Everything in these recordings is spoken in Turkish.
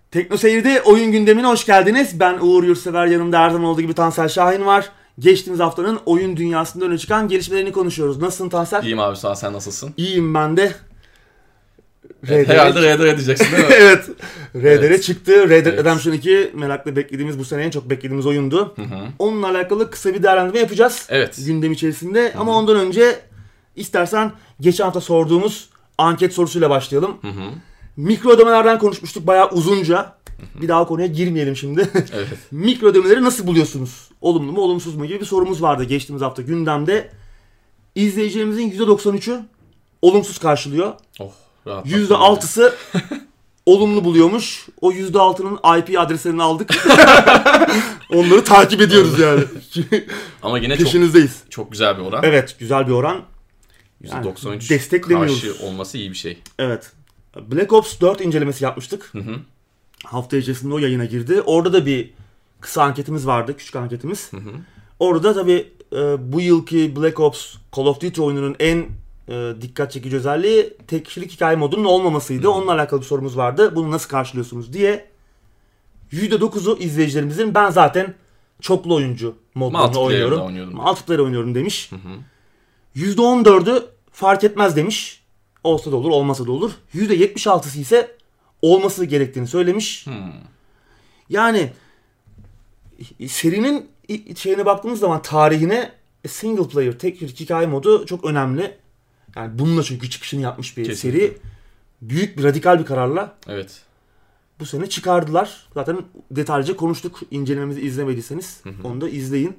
Tekno Seyir'de oyun gündemine hoş geldiniz. Ben Uğur Yurtsever, yanımda her zaman olduğu gibi Tansel Şahin var. Geçtiğimiz haftanın oyun dünyasında öne çıkan gelişmelerini konuşuyoruz. Nasılsın Tansel? İyiyim abi, sağ ol, sen nasılsın? İyiyim ben de. Herhalde Red Dead diyeceksin değil mi? Evet. Red Dead'e çıktı. Red Dead Evet. Redemption 2 merakla beklediğimiz, bu sene en çok beklediğimiz oyundu. Hı hı. Onunla alakalı kısa bir değerlendirme yapacağız. Evet. Gündem içerisinde. Ama ondan önce istersen geçen hafta sorduğumuz anket sorusuyla başlayalım. Hı hı. Mikro ödemelerden konuşmuştuk bayağı uzunca. Bir daha konuya girmeyelim şimdi. Evet. Mikro ödemeleri nasıl buluyorsunuz? Olumlu mu, olumsuz mu gibi bir sorumuz vardı geçtiğimiz hafta gündemde. İzleyicilerimizin %93'ü olumsuz karşılıyor. Oh, rahat. %6'sı olumlu buluyormuş. O %6'nın IP adreslerini aldık. Onları takip ediyoruz yani. Ama yine peşinizdeyiz. çok güzel bir oran. Evet, güzel bir oran. %93 desteklemiyoruz. karşı olması iyi bir şey. Evet. Black Ops 4 incelemesi yapmıştık. Hı hı. Hafta içerisinde o yayına girdi. Orada da bir kısa anketimiz vardı. Küçük anketimiz. Hı hı. Orada da tabii bu yılki Black Ops Call of Duty oyununun en dikkat çekici özelliği tek kişilik hikaye modunun olmamasıydı. Onunla alakalı bir sorumuz vardı. Bunu nasıl karşılıyorsunuz diye. %9'u izleyicilerimizin ben zaten çoklu oyuncu modlarını oynuyorum. Multiplayer oynuyorum demiş. Hı hı. %14'ü fark etmez demiş. Olsa da olur, olmasa da olur. %76'sı ise olması gerektiğini söylemiş. Yani serinin şeyine baktığımız zaman tarihine single player, tek bir hikaye modu çok önemli. Yani bununla çünkü çıkışını yapmış bir Kesinlikle. seri. Büyük bir radikal bir kararla Evet. bu sene çıkardılar. Zaten detaylıca konuştuk. İncelememizi izlemediyseniz onu da izleyin.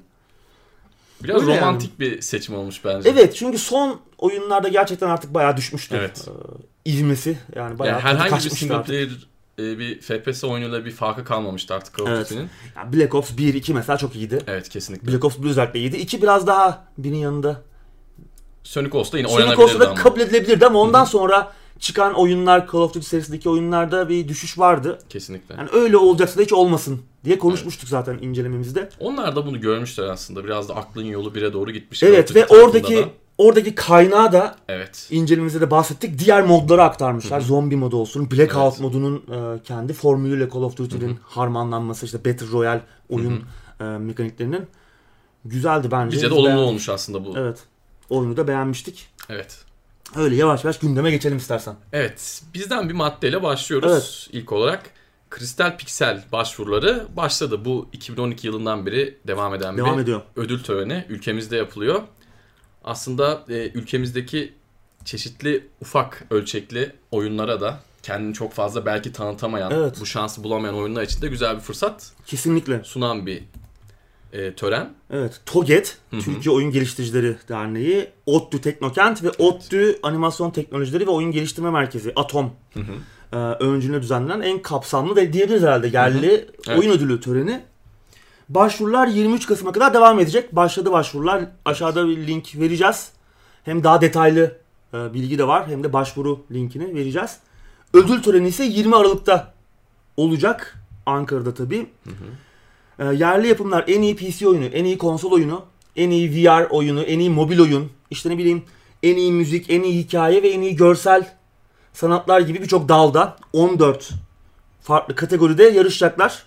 Biraz öyle romantik bir seçim olmuş bence. Evet, çünkü son oyunlarda gerçekten artık bayağı düşmüştü. Evet. İvmesi yani bayağı Yani herhangi bir kaçmıştı single artık. player bir FPS oyunuyla bir farkı kalmamıştı artık Call of Evet. Duty'nin. Yani Black Ops 1, 2 mesela çok iyiydi. Evet, kesinlikle. Black Ops 1 özellikle iyiydi. 2 biraz daha birinin yanında. Sonic Ols'ta yine Sonic oynanabilirdi olsa da ama. kabul edilebilirdi ama ondan sonra çıkan oyunlar, Call of Duty serisindeki oyunlarda bir düşüş vardı. Kesinlikle. Yani öyle olacaksa da hiç olmasın diye konuşmuştuk zaten incelememizde. Onlar da bunu görmüşler aslında. Biraz da aklın yolu bire doğru gitmiş. Evet ve oradaki kaynağı da evet. incelememizde de bahsettik. Diğer modlara aktarmışlar. Zombi modu olsun, Blackout modunun kendi formülüyle Call of Duty'nin harmanlanması, işte Battle Royale oyun mekaniklerinin güzeldi bence. Bize de olumlu olmuş aslında bu. Evet. Oyunu da beğenmiştik. Evet. Öyle yavaş yavaş gündeme geçelim istersen. Evet. Bizden bir maddeyle başlıyoruz. Evet. İlk olarak Kristal Pixel başvuruları başladı. Bu 2012 yılından beri devam eden bir ödül töreni. Ülkemizde yapılıyor. Aslında ülkemizdeki çeşitli ufak ölçekli oyunlara da kendini çok fazla belki tanıtamayan, bu şansı bulamayan oyunlar için de güzel bir fırsat kesinlikle sunan bir tören. Evet. TOGET, Türkiye Oyun Geliştiricileri Derneği, ODTÜ Teknokent ve ODTÜ Animasyon Teknolojileri ve Oyun Geliştirme Merkezi, ATOM öncülüğünde düzenlenen en kapsamlı ve diyebiliriz herhalde yerli oyun ödülü töreni. Başvurular 23 Kasım'a kadar devam edecek. Başladı başvurular. Aşağıda bir link vereceğiz. Hem daha detaylı bilgi de var, hem de başvuru linkini vereceğiz. Ödül töreni ise 20 Aralık'ta olacak. Ankara'da tabii. Yerli yapımlar en iyi PC oyunu, en iyi konsol oyunu, en iyi VR oyunu, en iyi mobil oyun, işte ne bileyim en iyi müzik, en iyi hikaye ve en iyi görsel sanatlar gibi birçok dalda 14 farklı kategoride yarışacaklar.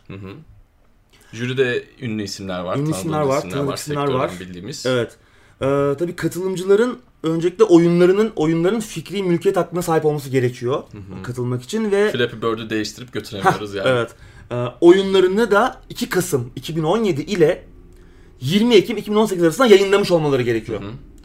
Jüride ünlü isimler var. Ünlü isimler var, tanıdık isimler var. Bildiğimiz. Evet. Tabii katılımcıların öncelikle oyunların fikri mülkiyet hakkına sahip olması gerekiyor katılmak için ve Flappy Bird'ü değiştirip götüremiyoruz yani. Evet. Oyunlarını da 2 Kasım 2017 ile 20 Ekim 2018 arasında yayınlamış olmaları gerekiyor.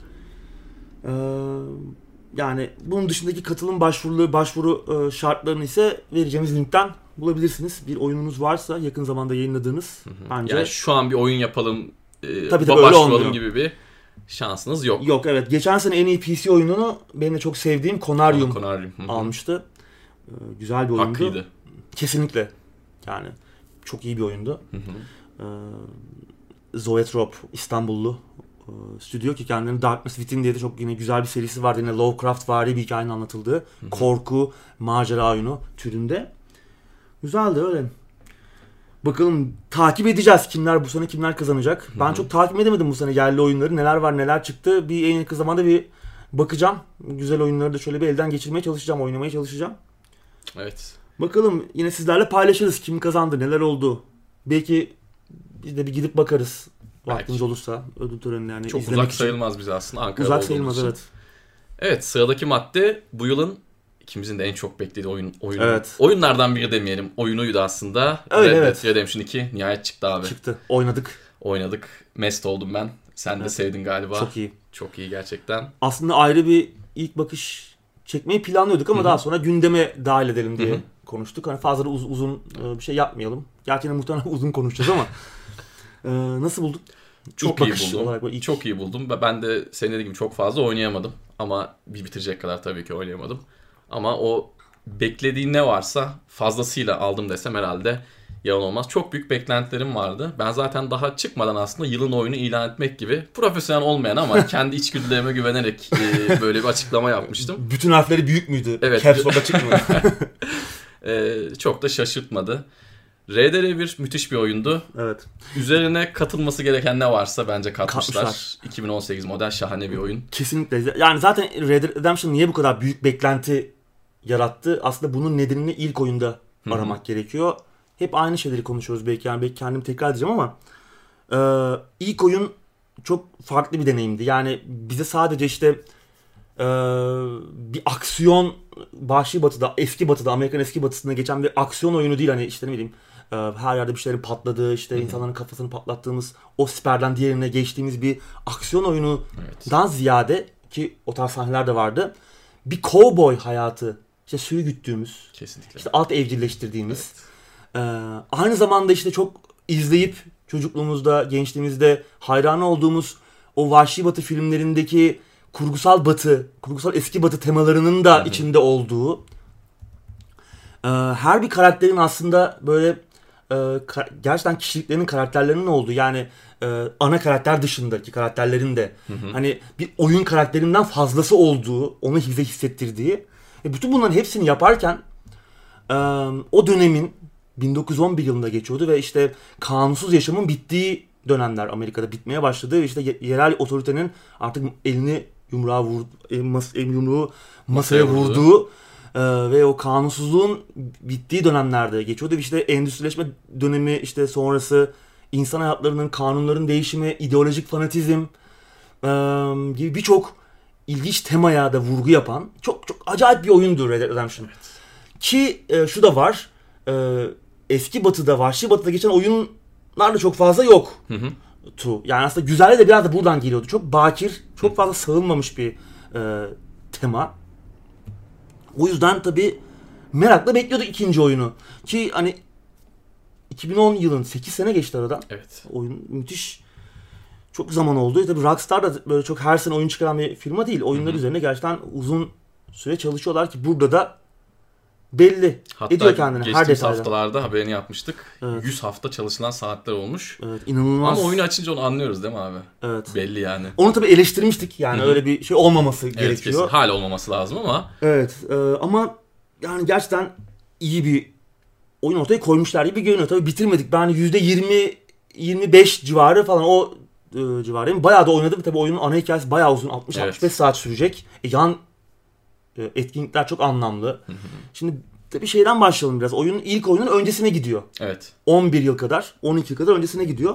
Yani bunun dışındaki katılım başvuru şartlarını ise vereceğimiz linkten bulabilirsiniz. Bir oyununuz varsa yakın zamanda yayınladığınız bence. Yani şu an bir oyun yapalım, tabii başvuralım gibi bir şansınız yok. Yok, evet. Geçen sene en iyi PC oyununu benim de çok sevdiğim Conarium almıştı. Güzel bir oyundu. Hakkıydı. Kesinlikle. Yani çok iyi bir oyundu. Zoetrope, İstanbullu stüdyo ki kendilerinin Darkness Within diye de çok yine güzel bir serisi vardı. Yine Lovecraft-vari bir hikayenin anlatıldığı korku, macera oyunu türünde. Güzeldi öyle. Bakalım takip edeceğiz bu sene kimler kazanacak. Ben çok takip edemedim bu sene yerli oyunları. Neler var neler çıktı. En yakın zamanda bir bakacağım. Güzel oyunları da şöyle bir elden geçirmeye çalışacağım. Oynamaya çalışacağım. Evet. Bakalım yine sizlerle paylaşırız kim kazandı, neler oldu. Belki biz de bir gidip bakarız. Vaktimiz olursa ödül törenini yani çok izlemek uzak sayılmaz bize aslında Ankara'da uzak sayılmaz için. Evet. Evet, sıradaki madde bu yılın ikimizin de en çok beklediği oyun. Evet. Oyunlardan biri demeyelim. Oyunuydu aslında. Öyle, Red Dead Redemption 2 nihayet çıktı abi. Çıktı. Oynadık. Mest oldum ben. Sen de sevdin galiba. Çok iyi. Çok iyi gerçekten. Aslında ayrı bir ilk bakış çekmeyi planlıyorduk ama daha sonra gündeme dahil edelim diye konuştuk. Hani fazla da uzun bir şey yapmayalım. Gerçekten muhtemelen uzun konuşacağız ama nasıl bulduk? Çok iyi buldum. Çok iyi buldum. Ben de senin dediğin gibi çok fazla oynayamadım. Ama bir bitirecek kadar tabii ki oynayamadım. Ama o beklediğin ne varsa fazlasıyla aldım desem herhalde yalan olmaz. Çok büyük beklentilerim vardı. Ben zaten daha çıkmadan aslında yılın oyunu ilan etmek gibi profesyonel olmayan ama kendi içgüdülerime güvenerek böyle bir açıklama yapmıştım. Bütün harfleri büyük müydü? Evet. Caps Lock'a çıkmadı. Çok da şaşırtmadı. RDR1 müthiş bir oyundu. Evet. Üzerine katılması gereken ne varsa bence katmışlar. 2018 model şahane bir oyun. Kesinlikle. Yani zaten Red Dead Redemption niye bu kadar büyük beklenti yarattı? Aslında bunun nedenini ilk oyunda aramak gerekiyor. Hep aynı şeyleri konuşuyoruz belki. Yani belki kendim tekrar edeceğim ama ilk oyun çok farklı bir deneyimdi. Yani bize sadece işte bir aksiyon Vahşi Batı'da, eski Batı'da, Amerikan eski Batı'sında geçen bir aksiyon oyunu değil. Hani işte ne bileyim her yerde bir şeylerin patladığı, işte insanların kafasını patlattığımız, o siperden diğerine geçtiğimiz bir aksiyon oyunundan ziyade, ki o tarz sahneler de vardı, bir cowboy hayatı, işte sürü güttüğümüz, kesinlikle, işte alt evcilleştirdiğimiz, aynı zamanda işte çok izleyip çocukluğumuzda, gençliğimizde hayranı olduğumuz o Vahşi Batı filmlerindeki kurgusal eski Batı temalarının da içinde olduğu, her bir karakterin aslında böyle gerçekten kişiliklerinin, karakterlerinin olduğu, yani ana karakter dışındaki karakterlerin de hani bir oyun karakterinden fazlası olduğu, onu bize hissettirdiği, bütün bunların hepsini yaparken o dönemin 1911 yılında geçiyordu ve işte kanunsuz yaşamın bittiği dönemler, Amerika'da bitmeye başladı ve işte yerel otoritenin artık yumruğu masaya vurduğu ve o kanunsuzluğun bittiği dönemlerde geçiyordu. İşte endüstrileşme dönemi, işte sonrası insan hayatlarının, kanunların değişimi, ideolojik fanatizm gibi birçok ilginç temaya da vurgu yapan çok çok acayip bir oyundu Red Dead Redemption. Evet. Ki şu da var, eski Batı'da, Vahşi Batı'da geçen oyunlar da çok fazla yok. Yani aslında güzelliği de biraz da buradan geliyordu. Çok bakir, çok fazla sağılmamış bir tema. O yüzden tabii merakla bekliyorduk ikinci oyunu. Ki hani 2010 yılın 8 sene geçti aradan. Evet. Oyun müthiş. Çok zaman oldu. Tabii Rockstar da böyle çok her sene oyun çıkaran bir firma değil. Oyunlar üzerine gerçekten uzun süre çalışıyorlar ki burada da belli ediyor kendini her detayda. Geçtiğimiz haftalarda haberini yapmıştık. Evet. 100 hafta çalışılan saatler olmuş. Evet, inanılmaz. Ama oyunu açınca onu anlıyoruz değil mi abi? Evet. Belli yani. Onu tabii eleştirmiştik yani öyle bir şey olmaması gerekiyor. Kesin. Hala olmaması lazım ama. Evet ama yani gerçekten iyi bir oyun ortaya koymuşlar gibi görünüyor. Tabii bitirmedik. Ben %20-25 civarı falan o civarıyım. Bayağı da oynadım. Tabii oyunun ana hikayesi bayağı uzun. 60-65 saat sürecek. Yan etkinlikler çok anlamlı. Şimdi tabii şeyden başlayalım biraz. İlk oyunun öncesine gidiyor. Evet. 11 yıl kadar, 12 yıl kadar öncesine gidiyor.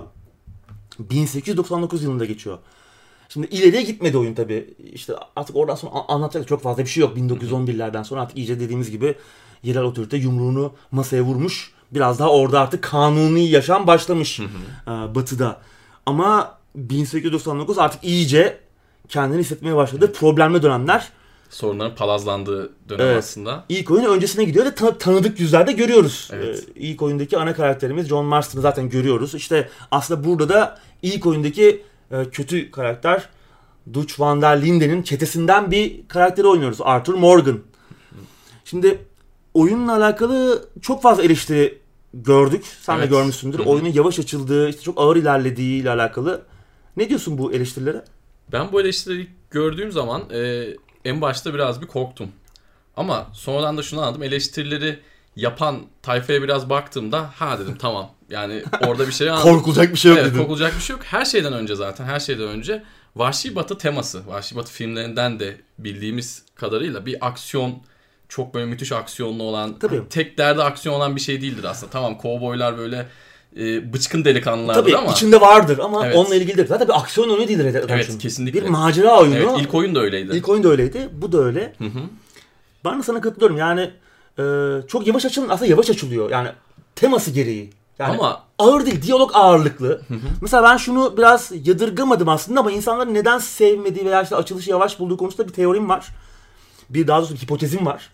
1899 yılında geçiyor. Şimdi ileriye gitmedi oyun tabii. İşte artık oradan sonra anlatacak çok fazla bir şey yok. 1911'lerden sonra artık iyice dediğimiz gibi yerel otorite yumruğunu masaya vurmuş. Biraz daha orada artık kanuni yaşam başlamış Batı'da. Ama 1899 artık iyice kendini hissetmeye başladı. Problemli dönemler. Sorunların palazlandığı dönem aslında. İlk oyunun öncesine gidiyor ve tanıdık yüzlerde görüyoruz. Evet. İlk oyundaki ana karakterimiz John Marston'ı zaten görüyoruz. İşte aslında burada da ilk oyundaki kötü karakter Dutch Van der Linden'in çetesinden bir karakteri oynuyoruz. Arthur Morgan. Şimdi oyunla alakalı çok fazla eleştiri gördük. Sen de görmüşsündür. Oyunun yavaş açıldığı, işte çok ağır ilerlediği ile alakalı. Ne diyorsun bu eleştirilere? Ben bu eleştirileri gördüğüm zaman en başta biraz bir korktum. Ama sonradan da şunu anladım. Eleştirileri yapan tayfaya biraz baktığımda dedim tamam. Yani orada bir şey anladım. Korkulacak bir şey yok dedim. Korkulacak bir şey yok. Her şeyden önce Vahşi Batı teması. Vahşi Batı filmlerinden de bildiğimiz kadarıyla bir aksiyon, çok böyle müthiş aksiyonlu olan, hani tek derdi aksiyon olan bir şey değildir aslında. Tamam, kovboylar böyle bıçkın delikanlılardır tabii, ama. içinde vardır ama onunla ilgilidir. Zaten bir aksiyon oyunu değildir Red Dead Redemption. Evet, kesinlikle. Bir macera oyunu. Evet, ilk oyun da öyleydi. İlk oyun da öyleydi. Bu da öyle. Ben de sana katılıyorum. Yani çok yavaş aslında yavaş açılıyor. Yani teması gereği. Yani ama ağır değil, diyalog ağırlıklı. Mesela ben şunu biraz yadırgamadım aslında ama insanların neden sevmediği veya işte açılışı yavaş bulduğu konusunda bir teorim var. Daha doğrusu bir hipotezim var.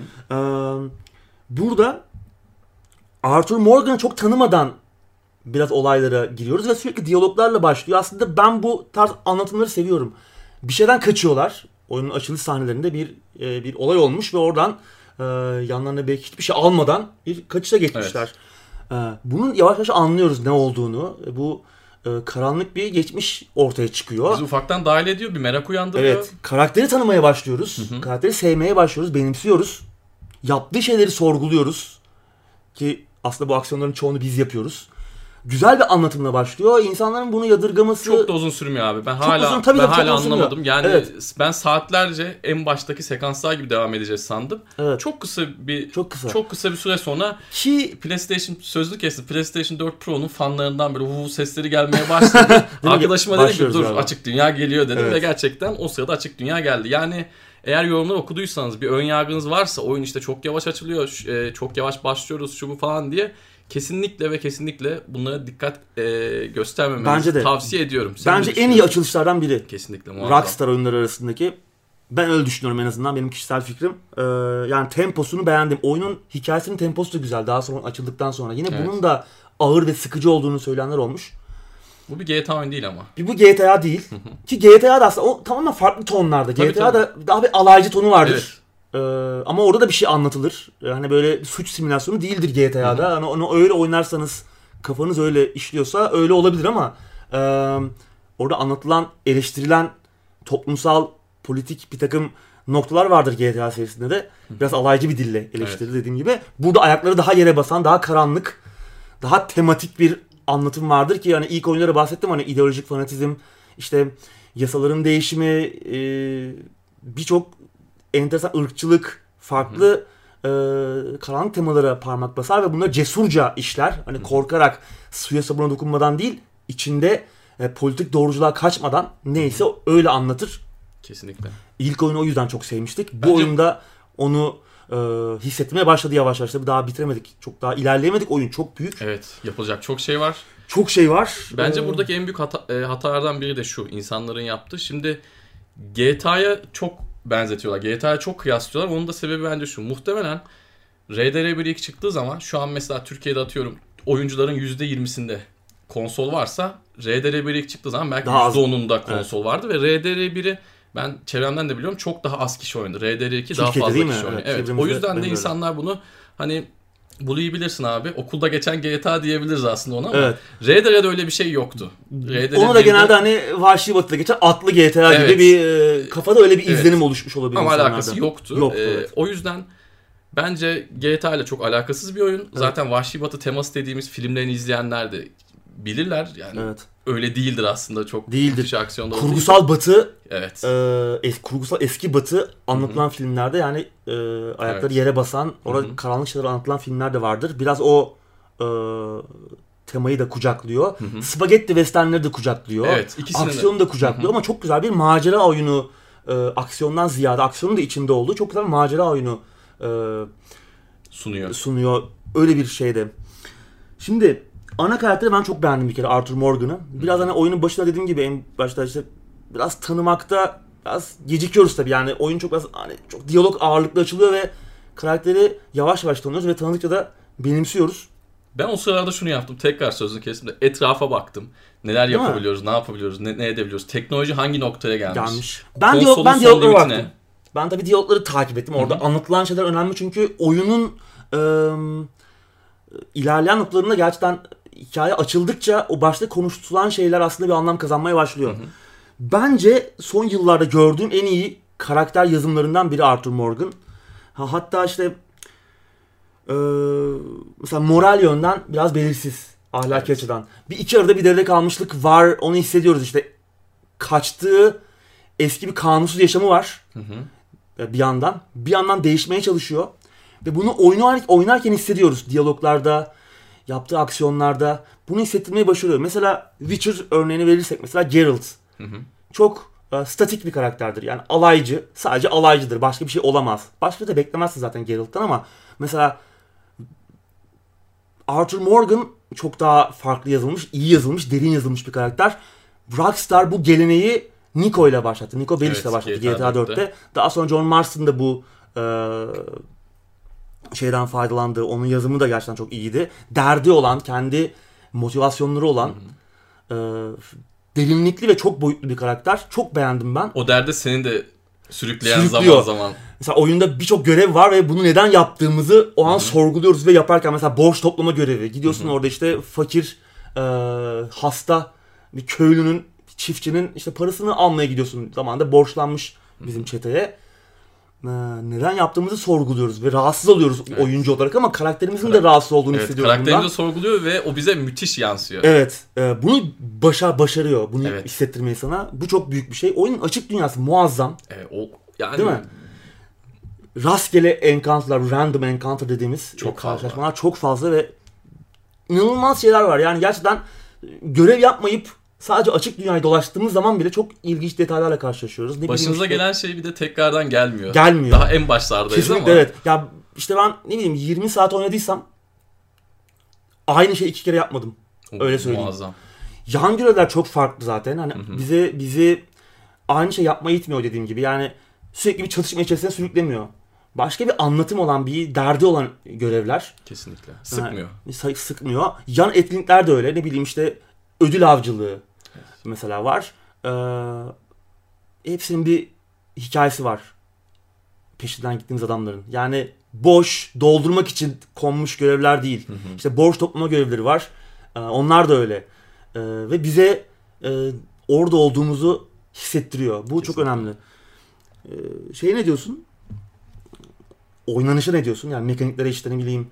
Burada Arthur Morgan'ı çok tanımadan biraz olaylara giriyoruz ve sürekli diyaloglarla başlıyor. Aslında ben bu tarz anlatımları seviyorum. Bir şeyden kaçıyorlar. Oyunun açılış sahnelerinde bir olay olmuş ve oradan yanlarına belki hiçbir şey almadan bir kaçışa geçmişler. Evet. Bunun yavaş yavaş anlıyoruz ne olduğunu. Bu karanlık bir geçmiş ortaya çıkıyor. Bizi ufaktan dahil ediyor, bir merak uyandırıyor. Evet, karakteri tanımaya başlıyoruz. Karakteri sevmeye başlıyoruz, benimsiyoruz. Yaptığı şeyleri sorguluyoruz. Ki aslında bu aksiyonların çoğunu biz yapıyoruz. Güzel bir anlatımla başlıyor. İnsanların bunu yadırgaması... Çok da uzun sürmüyor abi. Ben hala anlamadım. Yani ben saatlerce en baştaki sekanslar gibi devam edeceğiz sandım. Evet. Çok kısa bir süre sonra PlayStation sözlü kestim. PlayStation 4 Pro'nun fanlarından böyle sesleri gelmeye başladı. Arkadaşıma dedim ki dur açık dünya geliyor dedim ve gerçekten o sırada açık dünya geldi. Yani eğer yorumları okuduysanız, bir ön yargınız varsa, oyun işte çok yavaş açılıyor, çok yavaş başlıyoruz şu bu falan diye, kesinlikle bunlara dikkat göstermemenizi tavsiye ediyorum. Bence en iyi açılışlardan biri. Kesinlikle, muazzam. Rockstar oyunları arasındaki. Ben öyle düşünüyorum, en azından benim kişisel fikrim. Yani temposunu beğendim. Oyunun hikayesinin temposu da güzel. Daha sonra açıldıktan sonra. Yine bunun da ağır ve sıkıcı olduğunu söyleyenler olmuş. Bu bir GTA oyun değil ama. Bu GTA değil. Ki GTA da aslında o tamamen farklı tonlarda. GTA'da daha bir alaycı tonu vardır. Evet. Ama orada da bir şey anlatılır. Hani böyle suç simülasyonu değildir GTA'da. Hani onu öyle oynarsanız, kafanız öyle işliyorsa öyle olabilir ama orada anlatılan, eleştirilen toplumsal, politik bir takım noktalar vardır GTA serisinde de. Biraz alaycı bir dille eleştiri dediğim gibi. Burada ayakları daha yere basan, daha karanlık, daha tematik bir anlatım vardır ki yani ilk oyunlara bahsettim, hani ideolojik fanatizm, işte yasaların değişimi, birçok enteresan ırkçılık, farklı karanlık temalara parmak basar ve bunları cesurca işler. Hani korkarak, suya sabuna dokunmadan değil, içinde politik doğruculuğa kaçmadan neyse öyle anlatır. Kesinlikle. İlk oyunu o yüzden çok sevmiştik. Bu oyunda onu hissetmeye başladı yavaş yavaş. Daha bitiremedik. Çok daha ilerleyemedik. Oyun çok büyük. Evet. Yapılacak çok şey var. Çok şey var. Bence buradaki en büyük hatalardan biri de şu. İnsanların yaptığı. Şimdi GTA'ya çok benzetiyorlar. GTA'ya çok kıyaslıyorlar. Onun da sebebi bence şu. Muhtemelen RDR1 ilk çıktığı zaman, şu an mesela Türkiye'de atıyorum oyuncuların %20'sinde konsol varsa, RDR1 ilk çıktığı zaman belki %10'unda konsol vardı ve RDR1'i ben çevremden de biliyorum çok daha az kişi oynadı. RDR2 daha fazla kişi oynadı. Evet. O yüzden de insanlar bunu hani Blue'yu bilirsin abi. Okulda geçen GTA diyebiliriz aslında ona ama RDR'de öyle bir şey yoktu. Onu da genelde hani Vahşi Batı'da geçen atlı GTA gibi bir kafada öyle bir izlenim oluşmuş olabilir. Ama alakası yoktu. O yüzden bence GTA ile çok alakasız bir oyun. Evet. Zaten Vahşi Batı teması dediğimiz filmlerini izleyenler de bilirler. Yani öyle değildir aslında, çok değildir. Aksiyonda kurgusal Batı, kurgusal eski Batı anlatılan filmlerde yani ayakları yere basan, orada karanlık şeyler anlatılan filmler de vardır. Biraz o temayı da kucaklıyor. Spagetti westernleri de kucaklıyor. Evet, aksiyonu da kucaklıyor ama çok güzel bir macera oyunu, aksiyondan ziyade aksiyonun da içinde olduğu çok güzel bir macera oyunu sunuyor. Öyle bir şeyde. Şimdi ana karakteri ben çok beğendim bir kere, Arthur Morgan'ı. Biraz hani oyunun başında dediğim gibi en başta işte biraz tanımakta biraz gecikiyoruz tabii. Yani oyun çok hani çok diyalog ağırlıklı açılıyor ve karakteri yavaş yavaş tanıyoruz ve tanıdıkça da benimsiyoruz. Ben o sırada şunu yaptım. Tekrar sözünü kestim de etrafa baktım. Neler yapabiliyoruz, ne yapabiliyoruz, ne edebiliyoruz? Teknoloji hangi noktaya gelmiş? Ben diyaloglara baktım. Ben tabii diyalogları takip ettim. Orada anlatılan şeyler önemli çünkü oyunun ilerleyen noktalarında gerçekten hikaye açıldıkça o başta konuşulan şeyler aslında bir anlam kazanmaya başlıyor. Bence son yıllarda gördüğüm en iyi karakter yazımlarından biri Arthur Morgan. Hatta işte mesela moral yönden biraz belirsiz, ahlaki açıdan. Bir iki arada bir devre kalmışlık var, onu hissediyoruz işte. Kaçtığı eski bir kanunsuz yaşamı var. bir yandan değişmeye çalışıyor. Ve bunu oynarken hissediyoruz. Diyaloglarda, yaptığı aksiyonlarda bunu hissettirmeyi başarıyor. Mesela Witcher örneğini verirsek mesela Geralt. Çok statik bir karakterdir. Yani alaycı, sadece alaycıdır. Başka bir şey olamaz. Başka da beklemezsin zaten Geralt'tan ama mesela Arthur Morgan çok daha farklı yazılmış, iyi yazılmış, derin yazılmış bir karakter. Rockstar bu geleneği Nico ile başlattı. Nico Bellic ile başlattı GTA 4'te. Daha sonra John Marston da bu şeyden faydalandı. Onun yazımı da gerçekten çok iyiydi. Derdi olan, kendi motivasyonları olan derinlikli ve çok boyutlu bir karakter. Çok beğendim ben. O derdi seni de sürükleyen zaman zaman. Mesela oyunda birçok görev var ve bunu neden yaptığımızı o an sorguluyoruz ve yaparken mesela borç toplama görevi. Gidiyorsun orada işte fakir, hasta bir köylünün, çiftçinin işte parasını almaya gidiyorsun. Zamanında borçlanmış bizim çeteye. Neden yaptığımızı sorguluyoruz ve rahatsız oluyoruz oyuncu olarak ama karakterimizin de rahatsız olduğunu hissediyoruz. Karakterimizi de sorguluyor ve o bize müthiş yansıyor. Evet. Bunu başarıyor. Bunu hissettirmeyi sana. Bu çok büyük bir şey. Oyunun açık dünyası muazzam. Yani değil mi? Rastgele encounter'lar, random encounter dediğimiz karşılaşmalar çok fazla ve inanılmaz şeyler var. Yani gerçekten görev yapmayıp sadece açık dünyayı dolaştığımız zaman bile çok ilginç detaylarla karşılaşıyoruz. Başınıza gelen şey bir de tekrardan gelmiyor. Gelmiyor. Daha en başlardayız kesinlikle ama. Evet. Ya işte ben 20 saat oynadıysam aynı şeyi 2 kere yapmadım. Öyle söyleyeyim. Muazzam. Yan görevler çok farklı zaten. Hani bizi aynı şey yapmaya itmiyor dediğim gibi. Yani sürekli bir çatışma içerisine sürüklemiyor. Başka bir anlatım olan, bir derdi olan görevler. Kesinlikle. Sıkmıyor. Sıkmıyor. Yan etkinlikler de öyle. Ne bileyim işte ödül avcılığı mesela var. Hepsinin bir hikayesi var. Peşinden gittiğimiz adamların. Yani boş, doldurmak için konmuş görevler değil. İşte borç toplama görevleri var. Onlar da öyle. Ve bize orada olduğumuzu hissettiriyor. Bu kesinlikle çok önemli. Ne diyorsun? Oynanışa ne diyorsun? Yani mekaniklere işte ne bileyim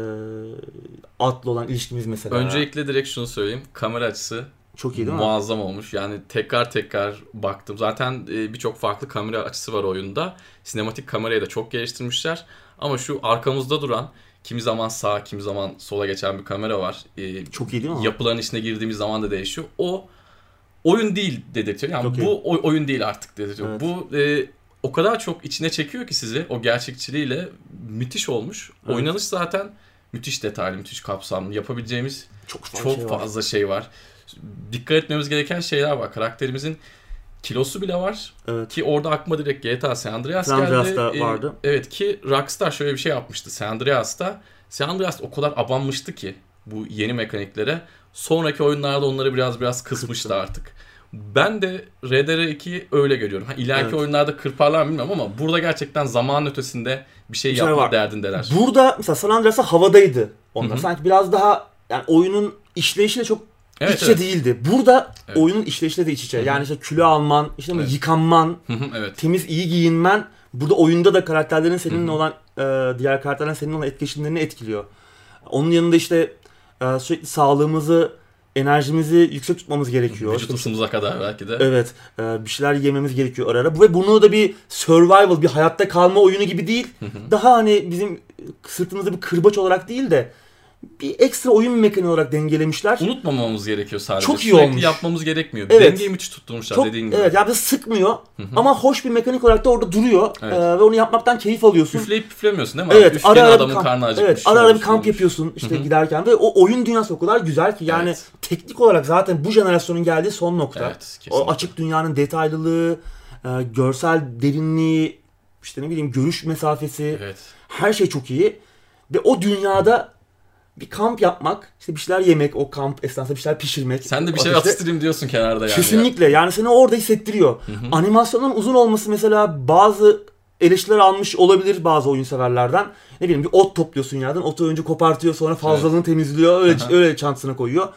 atla olan ilişkimiz mesela. Öncelikle direkt şunu söyleyeyim. Kamera açısı çok iyi değil mi? Muazzam olmuş. Yani tekrar baktım. Zaten birçok farklı kamera açısı var oyunda. Sinematik kamerayı da çok geliştirmişler. Ama şu arkamızda duran kimi zaman sağa kimi zaman sola geçen bir kamera var. Çok iyi değil mi? Yapıların içine girdiğimiz zaman da değişiyor. O oyun değil dedirtiyor. Yani çok bu oyun değil artık dedirtiyor. Evet. Bu o kadar çok içine çekiyor ki sizi o gerçekçiliğiyle müthiş olmuş. Evet. Oynanış zaten müthiş detaylı, müthiş kapsamlı. Yapabileceğimiz çok fazla şey var. Dikkat etmemiz gereken şeyler var. Karakterimizin kilosu bile var. Evet. Ki orada aklıma direkt GTA San Andreas geldi. San Andreas'ta vardı. Evet ki Rockstar şöyle bir şey yapmıştı San Andreas'ta. San Andreas o kadar abanmıştı ki bu yeni mekaniklere. Sonraki oyunlarda onları biraz kısmıştı artık. Ben de RDR2'yi öyle görüyorum. İleriki oyunlarda kırparlar mı bilmiyorum ama burada gerçekten zamanın ötesinde bir şey yapma derdindeler. Burada mesela San Andreas'a havadaydı onlar. Hı-hı. Sanki biraz daha yani oyunun işleyişiyle çok iç içe değildi. Burada oyunun işleyişiyle de iç içe. Hı-hı. Yani işte kilo alman, işte yıkanman, temiz iyi giyinmen. Burada oyunda da karakterlerin seninle olan diğer karakterlerin seninle olan etkileşimlerini etkiliyor. Onun yanında işte sürekli sağlığımızı, enerjimizi yüksek tutmamız gerekiyor. Vücut ısımıza kadar belki de. Evet. Bir şeyler yememiz gerekiyor ara ara. Ve bunu da bir survival, bir hayatta kalma oyunu gibi değil. Daha hani bizim sırtımızda bir kırbaç olarak değil de bir ekstra oyun mekaniği olarak dengelemişler. Unutmamamız gerekiyor sadece. Çok iyi olmuş. Sürekli yapmamız gerekmiyor. Evet. Dengeyi müthiş tutturmuşlar dediğin gibi. Evet. Yani sıkmıyor ama hoş bir mekanik olarak da orada duruyor. Evet. Ve onu yapmaktan keyif alıyorsun. Üfleyip püflemiyorsun değil mi? Evet. Ara adamın karnı acıkmış. Evet. Ara bir kamp yapıyorsun işte giderken ve o oyun dünyası o kadar güzel ki yani teknik olarak zaten bu jenerasyonun geldiği son nokta. Evet, o açık dünyanın detaylılığı, görsel derinliği, işte ne bileyim görüş mesafesi. Evet. Her şey çok iyi. Ve o dünyada bir kamp yapmak, işte bir şeyler yemek, o kamp esnasında bir şeyler pişirmek. Sen de bir şey atıştırayım diyorsun kenarda yani. Kesinlikle. Yani seni orada hissettiriyor. Animasyonun uzun olması mesela bazı eleştiriler almış olabilir bazı oyun severlerden. Ne bileyim bir ot topluyorsun yerden. Otu önce kopartıyor sonra fazlalığını temizliyor. Öyle çantasına koyuyor.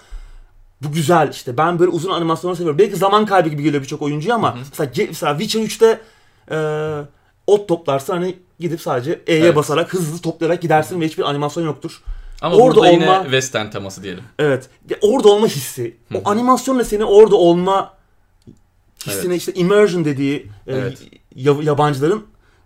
Bu güzel işte. Ben böyle uzun animasyonları seviyorum. Belki zaman kaybı gibi geliyor birçok oyuncuya ama mesela Witcher 3'te ot toplarsın hani gidip sadece E'ye basarak hızlı toplayarak gidersin ve hiçbir animasyon yoktur. Ama orada yine western teması diyelim. Evet. Orada olma hissi. O animasyonla seni orada olma hissine işte immersion dediği yabancıların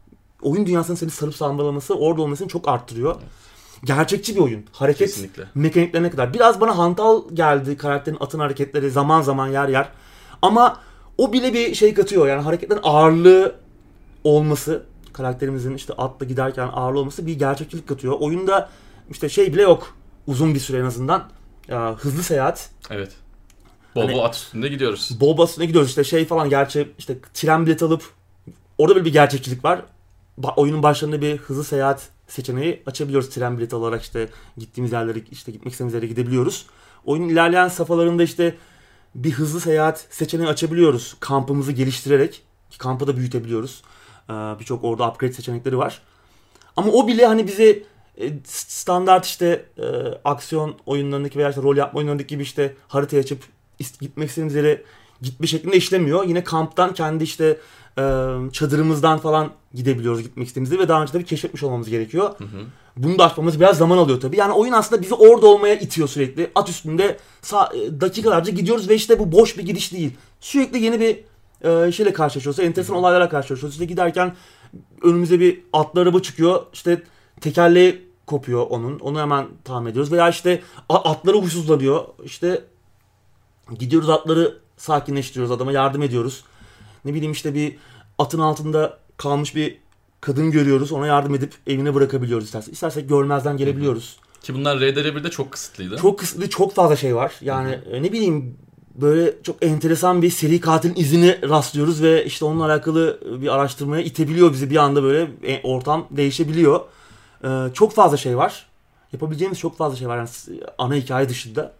oyun dünyasının seni sarıp sarmalaması, orada olmasını çok arttırıyor. Evet. Gerçekçi bir oyun. Hareket kesinlikle. Mekaniklerine kadar. Biraz bana hantal geldi karakterin atın hareketleri zaman zaman yer yer. Ama o bile bir şey katıyor. Yani hareketlerin ağırlığı olması, karakterimizin işte atla giderken ağırlığı olması bir gerçekçilik katıyor. Oyunda işte şey bile yok. Uzun bir süre en azından. Hızlı seyahat. Evet. Bol bol at üstünde gidiyoruz. Bol bol üstünde gidiyoruz. İşte şey falan gerçi işte tren bileti alıp orada böyle bir gerçekçilik var. Oyunun başlarında bir hızlı seyahat seçeneği açabiliyoruz. Tren bileti alarak işte gittiğimiz yerlere, işte gitmek istediğimiz yere gidebiliyoruz. Oyunun ilerleyen safhalarında işte bir hızlı seyahat seçeneği açabiliyoruz. Kampımızı geliştirerek. Kampı da büyütebiliyoruz. Birçok orada upgrade seçenekleri var. Ama o bile hani bizi standart işte aksiyon oyunlarındaki veya işte rol yapma oyunlarındaki gibi işte haritayı açıp gitmek istediğimiz yere gitme şeklinde işlemiyor. Yine kamptan kendi işte çadırımızdan falan gidebiliyoruz gitmek istediğimizde ve daha önce tabii keşfetmiş olmamız gerekiyor. Hı hı. Bunu da açmamız biraz zaman alıyor tabii. Yani oyun aslında bizi orada olmaya itiyor sürekli. At üstünde dakikalarca gidiyoruz ve işte bu boş bir gidiş değil. Sürekli yeni bir şeyle karşılaşıyoruz. Enteresan olaylarla karşılaşıyoruz. İşte giderken önümüze bir atlı araba çıkıyor. İşte tekerleği kopuyor onun. Onu hemen tamir ediyoruz. Veya işte atları huysuzlanıyor. İşte gidiyoruz atları sakinleştiriyoruz. Adama yardım ediyoruz. Ne bileyim işte bir atın altında kalmış bir kadın görüyoruz. Ona yardım edip evine bırakabiliyoruz istersek. İstersek görmezden gelebiliyoruz. Ki bunlar RDR1'de çok kısıtlıydı. Çok kısıtlı, çok fazla şey var. Yani ne bileyim böyle çok enteresan bir seri katilin izini rastlıyoruz ve işte onunla alakalı bir araştırmaya itebiliyor bizi. Bir anda böyle ortam değişebiliyor. Çok fazla şey var. Yapabileceğimiz çok fazla şey var yani ana hikaye dışında.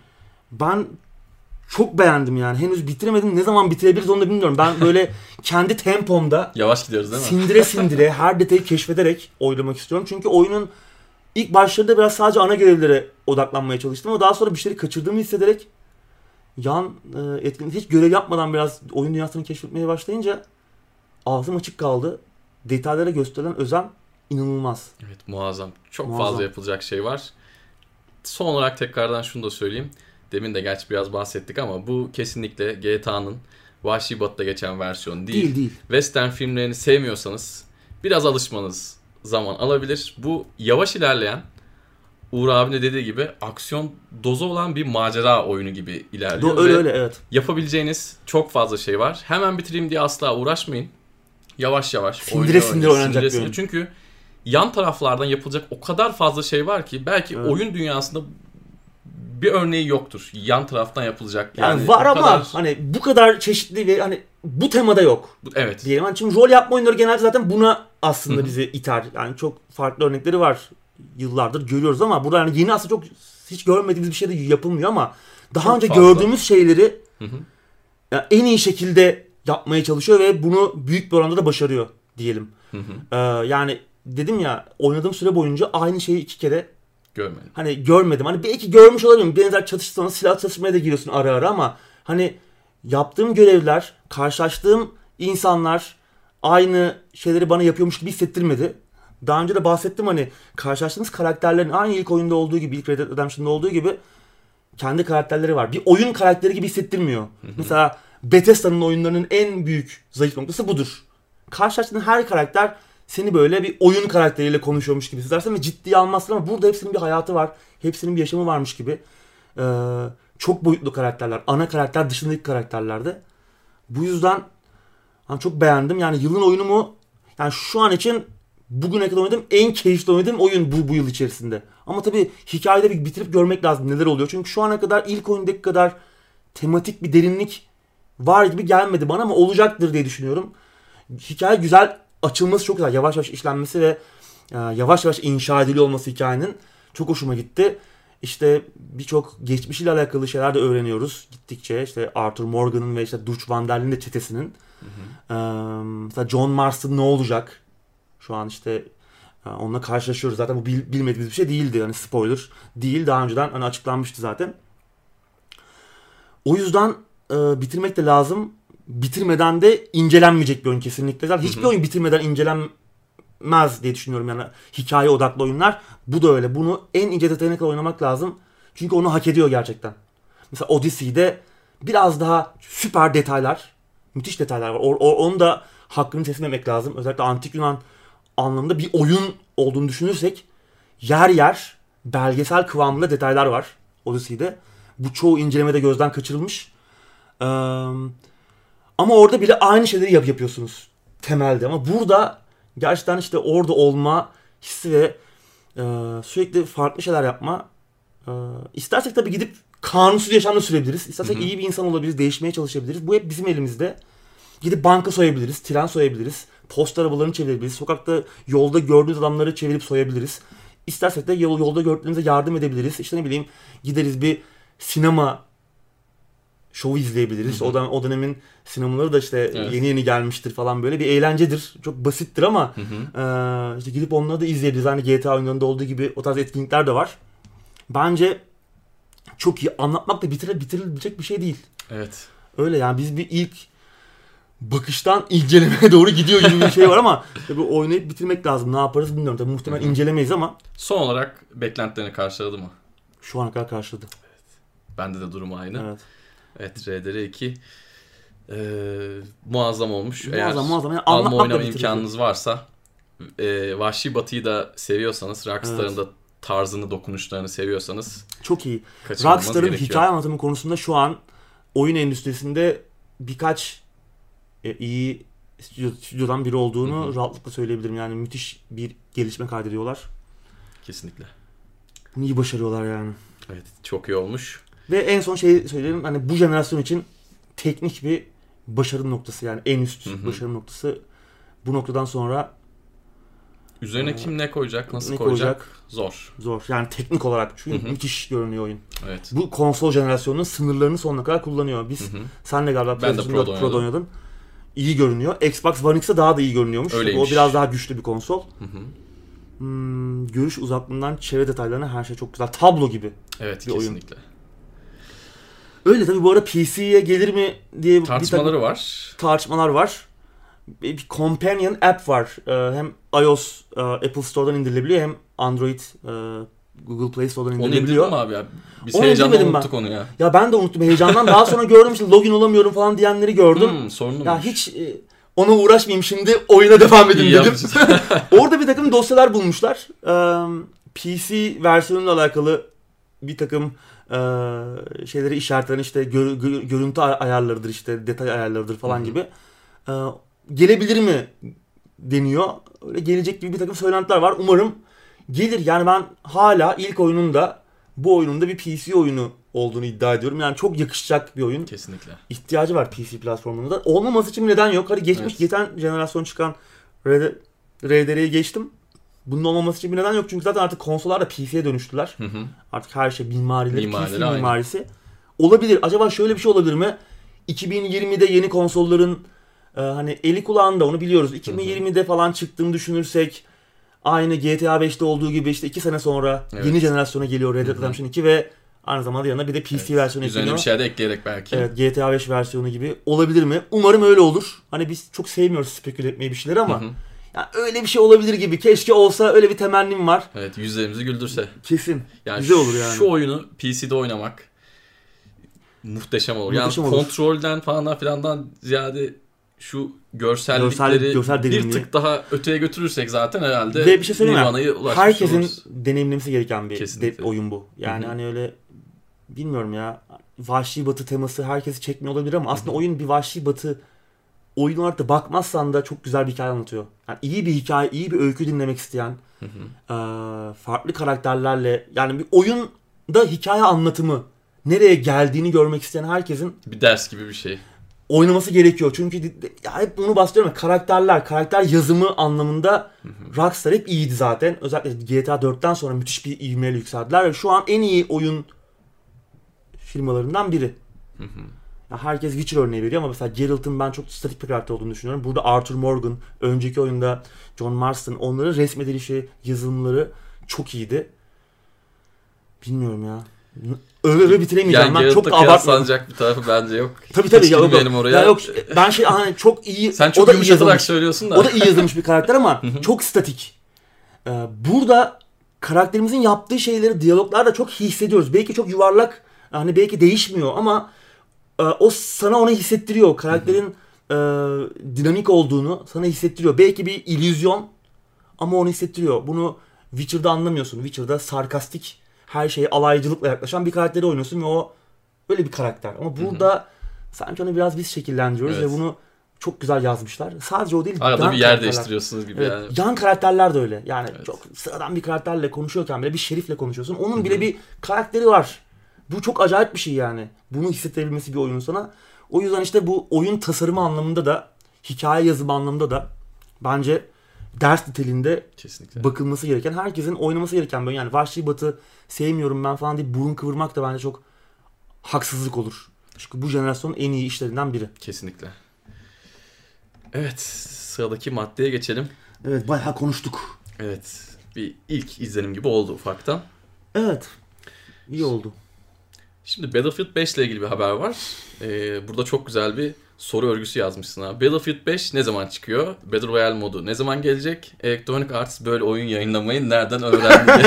Ben çok beğendim yani. Henüz bitiremedim. Ne zaman bitirebiliriz onu da bilmiyorum. Ben böyle kendi tempomda yavaş gidiyoruz değil mi? Sindire sindire her detayı keşfederek oynamak istiyorum. Çünkü oyunun ilk başlarında biraz sadece ana görevlere odaklanmaya çalıştım ama daha sonra bir şeyleri kaçırdığımı hissederek yan etkinlik hiç görev yapmadan biraz oyun dünyasını keşfetmeye başlayınca ağzım açık kaldı. Detaylara gösterilen özen inanılmaz. Evet, muazzam. Çok fazla yapılacak şey var. Son olarak tekrardan şunu da söyleyeyim. Demin de gerçi biraz bahsettik ama bu kesinlikle GTA'nın Vahşi Batı'da geçen versiyonu değil. Değil. Western filmlerini sevmiyorsanız biraz alışmanız zaman alabilir. Bu yavaş ilerleyen, Uğur abinin de dediği gibi aksiyon dozu olan bir macera oyunu gibi ilerliyor. Öyle evet. Yapabileceğiniz çok fazla şey var. Hemen bitireyim diye asla uğraşmayın. Yavaş yavaş sindire oynanacak bir oyun. Çünkü yan taraflardan yapılacak o kadar fazla şey var ki belki oyun dünyasında bir örneği yoktur. Yan taraftan yapılacak. Yani var ama hani bu kadar çeşitli ve hani bu temada yok. Evet. Diyelim. Yani çünkü rol yapma oyunları genelde zaten buna aslında bizi iter. Yani çok farklı örnekleri var. Yıllardır görüyoruz ama burada yani yeni aslında çok hiç görmediğimiz bir şey de yapılmıyor ama daha çok önce fazla gördüğümüz şeyleri yani en iyi şekilde yapmaya çalışıyor ve bunu büyük bir oranda da başarıyor diyelim. Yani dedim ya oynadığım süre boyunca aynı şeyi 2 kere görmedim. Hani görmedim. Hani belki görmüş olabilirim. Benzer çatıştığında silah çatışmaya da giriyorsun ara ara ama hani yaptığım görevler, karşılaştığım insanlar aynı şeyleri bana yapıyormuş gibi hissettirmedi. Daha önce de bahsettim hani karşılaştığımız karakterlerin aynı ilk oyunda olduğu gibi, ilk Red Dead Redemption'da olduğu gibi kendi karakterleri var. Bir oyun karakteri gibi hissettirmiyor. Mesela Bethesda'nın oyunlarının en büyük zayıf noktası budur. Karşılaştığın her karakter seni böyle bir oyun karakteriyle konuşuyormuş gibi hissedersin ve ciddiye almazsın ama burada hepsinin bir hayatı var. Hepsinin bir yaşamı varmış gibi. Çok boyutlu karakterler. Ana karakter dışındaki karakterlerde. Bu yüzden çok beğendim. Yani yılın oyunu mu? Yani şu an için bugüne kadar oynadığım en keyifli oynadığım oyun bu yıl içerisinde. Ama tabii hikayede bir bitirip görmek lazım neler oluyor. Çünkü şu ana kadar ilk oyundaki kadar tematik bir derinlik var gibi gelmedi bana ama olacaktır diye düşünüyorum. Hikaye güzel, açılması çok güzel. Yavaş yavaş işlenmesi ve yavaş yavaş inşa ediliyor olması hikayenin çok hoşuma gitti. İşte birçok geçmişiyle alakalı şeyler de öğreniyoruz gittikçe. İşte Arthur Morgan'ın ve işte Dutch Van der Linde'nin de çetesinin. Mesela John Marston ne olacak? Şu an işte onunla karşılaşıyoruz. Zaten bu bilmediğimiz bir şey değildi. Hani spoiler değil. Daha önceden hani açıklanmıştı zaten. O yüzden bitirmek de lazım. Bitirmeden de incelenmeyecek bir oyun kesinlikle. Zaten hiçbir oyun bitirmeden incelenmez diye düşünüyorum yani hikaye odaklı oyunlar. Bu da öyle. Bunu en ince detayına kadar oynamak lazım. Çünkü onu hak ediyor gerçekten. Mesela Odyssey'de biraz daha süper detaylar, müthiş detaylar var. Onu da hakkını teslim etmek lazım. Özellikle Antik Yunan anlamında bir oyun olduğunu düşünürsek yer yer belgesel kıvamında detaylar var Odyssey'de. Bu çoğu incelemede gözden kaçırılmış. Ama orada bile aynı şeyleri yapıyorsunuz temelde. Ama burada gerçekten işte orada olma hissi ve sürekli farklı şeyler yapma. İstersek tabii gidip kanunsuz yaşamda sürebiliriz. İstersek iyi bir insan olabiliriz, değişmeye çalışabiliriz. Bu hep bizim elimizde. Gidip banka soyabiliriz, tren soyabiliriz, posta arabalarını çevirebiliriz, sokakta yolda gördüğümüz adamları çevirip soyabiliriz. İstersek de yolda gördüğümüzde yardım edebiliriz. İşte ne bileyim gideriz bir sinema şovu izleyebiliriz. O dönemin sinemaları da işte yeni gelmiştir falan, böyle bir eğlencedir. Çok basittir ama işte gidip onları da izleyebiliriz. Hani GTA oyunlarında olduğu gibi o tarz etkinlikler de var. Bence çok iyi. Anlatmak da bitirilecek bir şey değil. Evet. Öyle yani, biz bir ilk bakıştan incelemeye doğru gidiyor gibi bir şey var ama tabii oynayıp bitirmek lazım. Ne yaparız bilmiyorum. Tabii muhtemelen incelemeyiz ama. Son olarak beklentilerini karşıladı mı? Şu ana kadar karşıladı. Evet. Bende de durum aynı. Evet, RDR2 muazzam olmuş. Muazzam. Yani alma oynama imkanınız varsa, Vahşi Batı'yı da seviyorsanız, Rockstar'ın da tarzını, dokunuşlarını seviyorsanız çok iyi. Rockstar'ın hikaye anlatımı konusunda şu an oyun endüstrisinde birkaç iyi stüdyodan biri olduğunu rahatlıkla söyleyebilirim. Yani müthiş bir gelişme kaydediyorlar. Kesinlikle. Bunu iyi başarıyorlar yani. Evet, çok iyi olmuş. Ve en son şeyi söyleyeyim, hani bu jenerasyon için teknik bir başarı noktası, yani en üst başarı noktası. Bu noktadan sonra üzerine kim ne koyacak, nasıl koyacak? Zor. Yani teknik olarak çünkü müthiş görünüyor oyun. Evet. Bu konsol jenerasyonunun sınırlarını sonuna kadar kullanıyor. Sen de galiba PlayStation 4 Pro'da oynadın. İyi görünüyor. Xbox One X'e daha da iyi görünüyormuş. Öyleymiş. O biraz daha güçlü bir konsol. Görüş uzaklığından çevre detaylarına her şey çok güzel. Tablo gibi. Evet, bir kesinlikle. Oyun. Öyle tabii, bu arada PC'ye gelir mi diye tartışmalar var. Bir companion app var. Hem iOS Apple Store'dan indirilebiliyor hem Android Google Play Store'dan indirilebiliyor. Onu indirdin mi abi ya? Biz heyecandan unuttuk onu ya. Ya ben de unuttum heyecandan. Daha sonra gördüm işte login olamıyorum falan diyenleri gördüm. Sorunlu ya hiç ona uğraşmayayım, şimdi oyuna devam edin dedim. Orada bir takım dosyalar bulmuşlar. PC versiyonuyla alakalı bir takım şeyleri işaretlenen, işte görüntü ayarlarıdır, işte detay ayarlarıdır falan gibi. Gelebilir mi deniyor. Öyle gelecek gibi bir takım söylentiler var. Umarım gelir. Yani ben hala ilk oyununda, bu oyunun da bir PC oyunu olduğunu iddia ediyorum. Yani çok yakışacak bir oyun. Kesinlikle. İhtiyacı var PC platformunda. Olmaması için bir neden yok. Hadi geçen jenerasyon çıkan RDR'yi geçtim. Bunun olmaması için bir neden yok. Çünkü zaten artık konsollar da PC'ye dönüştüler. Artık her şey mimarileri PC mimarisi. Olabilir. Acaba şöyle bir şey olabilir mi? 2020'de yeni konsolların hani eli kulağında, onu biliyoruz. 2020'de falan çıktığını düşünürsek, aynı GTA 5'te olduğu gibi işte 2 sene sonra yeni jenerasyona geliyor Red Dead Redemption 2 ve aynı zamanda yanına bir de PC versiyonu ekleniyor. Üzerine bir şey de ekleyerek belki. Evet, GTA 5 versiyonu gibi. Olabilir mi? Umarım öyle olur. Hani biz çok sevmiyoruz speküle etmeyi bir şeyler ama yani öyle bir şey olabilir gibi. Keşke olsa, öyle bir temennim var. Evet, yüzlerimizi güldürse. Kesin. Yani güzel olur yani. Şu oyunu PC'de oynamak muhteşem olur. Yani kontrolden falan filandan ziyade şu görsellikleri bir tık daha öteye götürürsek zaten herhalde ve bir şey söyleyeyim mi? Herkesin oluruz. Deneyimlemesi gereken bir oyun bu. Yani hani öyle bilmiyorum ya, Vahşi Batı teması herkesi çekmiyor olabilir ama aslında oyun bir Vahşi Batı oyun olarak da bakmazsan da çok güzel bir hikaye anlatıyor. Yani iyi bir hikaye, iyi bir öykü dinlemek isteyen, farklı karakterlerle, yani bir oyunda hikaye anlatımı, nereye geldiğini görmek isteyen herkesin bir ders gibi bir şey oynaması gerekiyor. Çünkü ya hep bunu bahsediyorum ya, karakter yazımı anlamında Rockstar hep iyiydi zaten. Özellikle GTA 4'ten sonra müthiş bir ivmeyle yükseldiler ve şu an en iyi oyun firmalarından biri. Ya herkes Witcher örneği veriyor ama mesela Geralt'ın ben çok statik bir karakter olduğunu düşünüyorum. Burada Arthur Morgan, önceki oyunda John Marston, onların resmedilişi, yazılımları çok iyiydi. Bilmiyorum ya. Öyle bitiremeyeceğim. Yani ben çok da abartmayacak bir tarafı bence yok. Tabii yok. Benim oraya. Ya yok, ben hani çok iyi. Sen çok yumuşatarak söylüyorsun da. O da iyi yazılmış bir karakter ama çok statik. Burada karakterimizin yaptığı şeyleri, diyaloglarda çok hissediyoruz. Belki çok yuvarlak, hani belki değişmiyor ama o sana onu hissettiriyor. Karakterin dinamik olduğunu sana hissettiriyor. Belki bir illüzyon ama onu hissettiriyor. Bunu Witcher'da anlamıyorsun. Witcher'da sarkastik, her şeye alaycılıkla yaklaşan bir karakteri oynuyorsun ve o öyle bir karakter. Ama burada sanki onu biraz biz şekillendiriyoruz ve bunu çok güzel yazmışlar. Sadece o değil. Arada bir yer değiştiriyorsunuz gibi yani. Yan karakterler de öyle. Yani çok sıradan bir karakterle konuşuyorken bile bir şerifle konuşuyorsun. Onun bile bir karakteri var. Bu çok acayip bir şey yani. Bunu hissettirebilmesi bir oyunun sana. O yüzden işte bu oyun tasarımı anlamında da, hikaye yazımı anlamında da bence ders niteliğinde kesinlikle bakılması gereken, herkesin oynaması gereken böyle. Yani Vahşi Batı sevmiyorum ben falan deyip burun kıvırmak da bence çok haksızlık olur. Çünkü bu jenerasyonun en iyi işlerinden biri. Kesinlikle. Evet, sıradaki maddeye geçelim. Evet, bayağı konuştuk. Evet, bir ilk izlenim gibi oldu ufaktan. Evet, iyi oldu. Şimdi Battlefield 5 ile ilgili bir haber var. Burada çok güzel bir soru örgüsü yazmışsın abi. Battlefield 5 ne zaman çıkıyor? Battle Royale modu ne zaman gelecek? Electronic Arts böyle oyun yayınlamayı nereden öğrendi?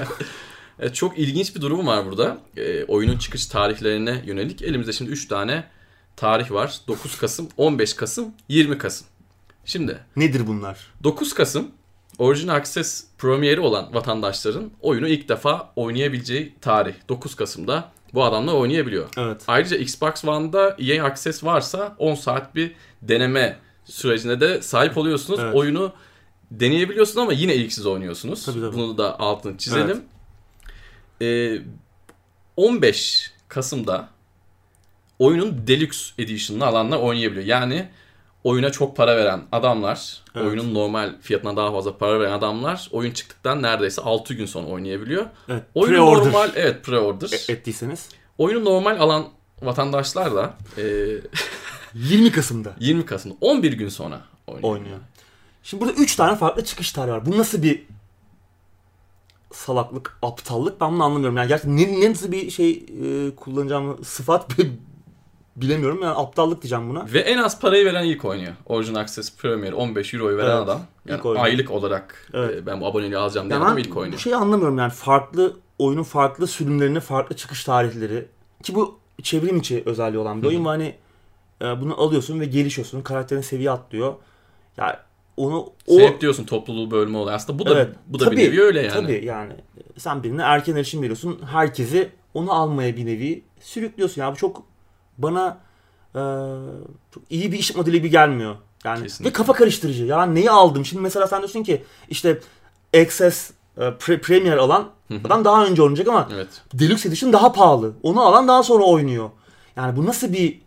Çok ilginç bir durum var burada. Oyunun çıkış tarihlerine yönelik elimizde şimdi 3 tane tarih var. 9 Kasım, 15 Kasım, 20 Kasım. Şimdi nedir bunlar? 9 Kasım Origin Access premieri olan vatandaşların oyunu ilk defa oynayabileceği tarih. 9 Kasım'da bu adamlar oynayabiliyor. Evet. Ayrıca Xbox One'da EA Access varsa 10 saat bir deneme sürecine de sahip oluyorsunuz. Evet. Oyunu deneyebiliyorsunuz ama yine ilk siz oynuyorsunuz. Tabii. Bunu da altını çizelim. Evet. 15 Kasım'da oyunun Deluxe Edition'ını alanlar oynayabiliyor. Yani oyuna çok para veren adamlar, oyunun normal fiyatına daha fazla para veren adamlar oyun çıktıktan neredeyse 6 gün sonra oynayabiliyor. Evet. Oyunu pre-order. Normal, pre-order ettiyseniz. Oyunu normal alan vatandaşlar da 20 Kasım'da. 20 Kasım'da 11 gün sonra oynuyor. Şimdi burada 3 tane farklı çıkış tarihi var. Bu nasıl bir salaklık, aptallık, ben bunu anlamıyorum. Yani gerçekten nasıl bir şey kullanacağımı, sıfat bilemiyorum. Yani aptallık diyeceğim buna. Ve en az parayı veren ilk oynuyor. Origin Access Premier 15 euroyu veren adam. Yani aylık olarak ben bu aboneliği alacağım diye adam ilk oynuyor. Bu şeyi anlamıyorum yani, oyunun farklı sürümlerini, farklı çıkış tarihleri. Ki bu çevrim içi özelliği olan bir oyun. Hani bunu alıyorsun ve gelişiyorsun. Karakterin seviye atlıyor. Yani Sevip diyorsun, topluluğu bölme oluyor. Aslında bu da bir nevi öyle yani. Tabii yani. Sen birine erken erişim veriyorsun. Herkesi onu almaya bir nevi sürüklüyorsun. Yani bu çok bana çok iyi bir iş modeli gibi gelmiyor. Yani ve kafa karıştırıcı. Ya neyi aldım? Şimdi mesela sen diyorsun ki işte Access Premier alan adam daha önce oynayacak ama Deluxe Edition daha pahalı. Onu alan daha sonra oynuyor. Yani bu nasıl bir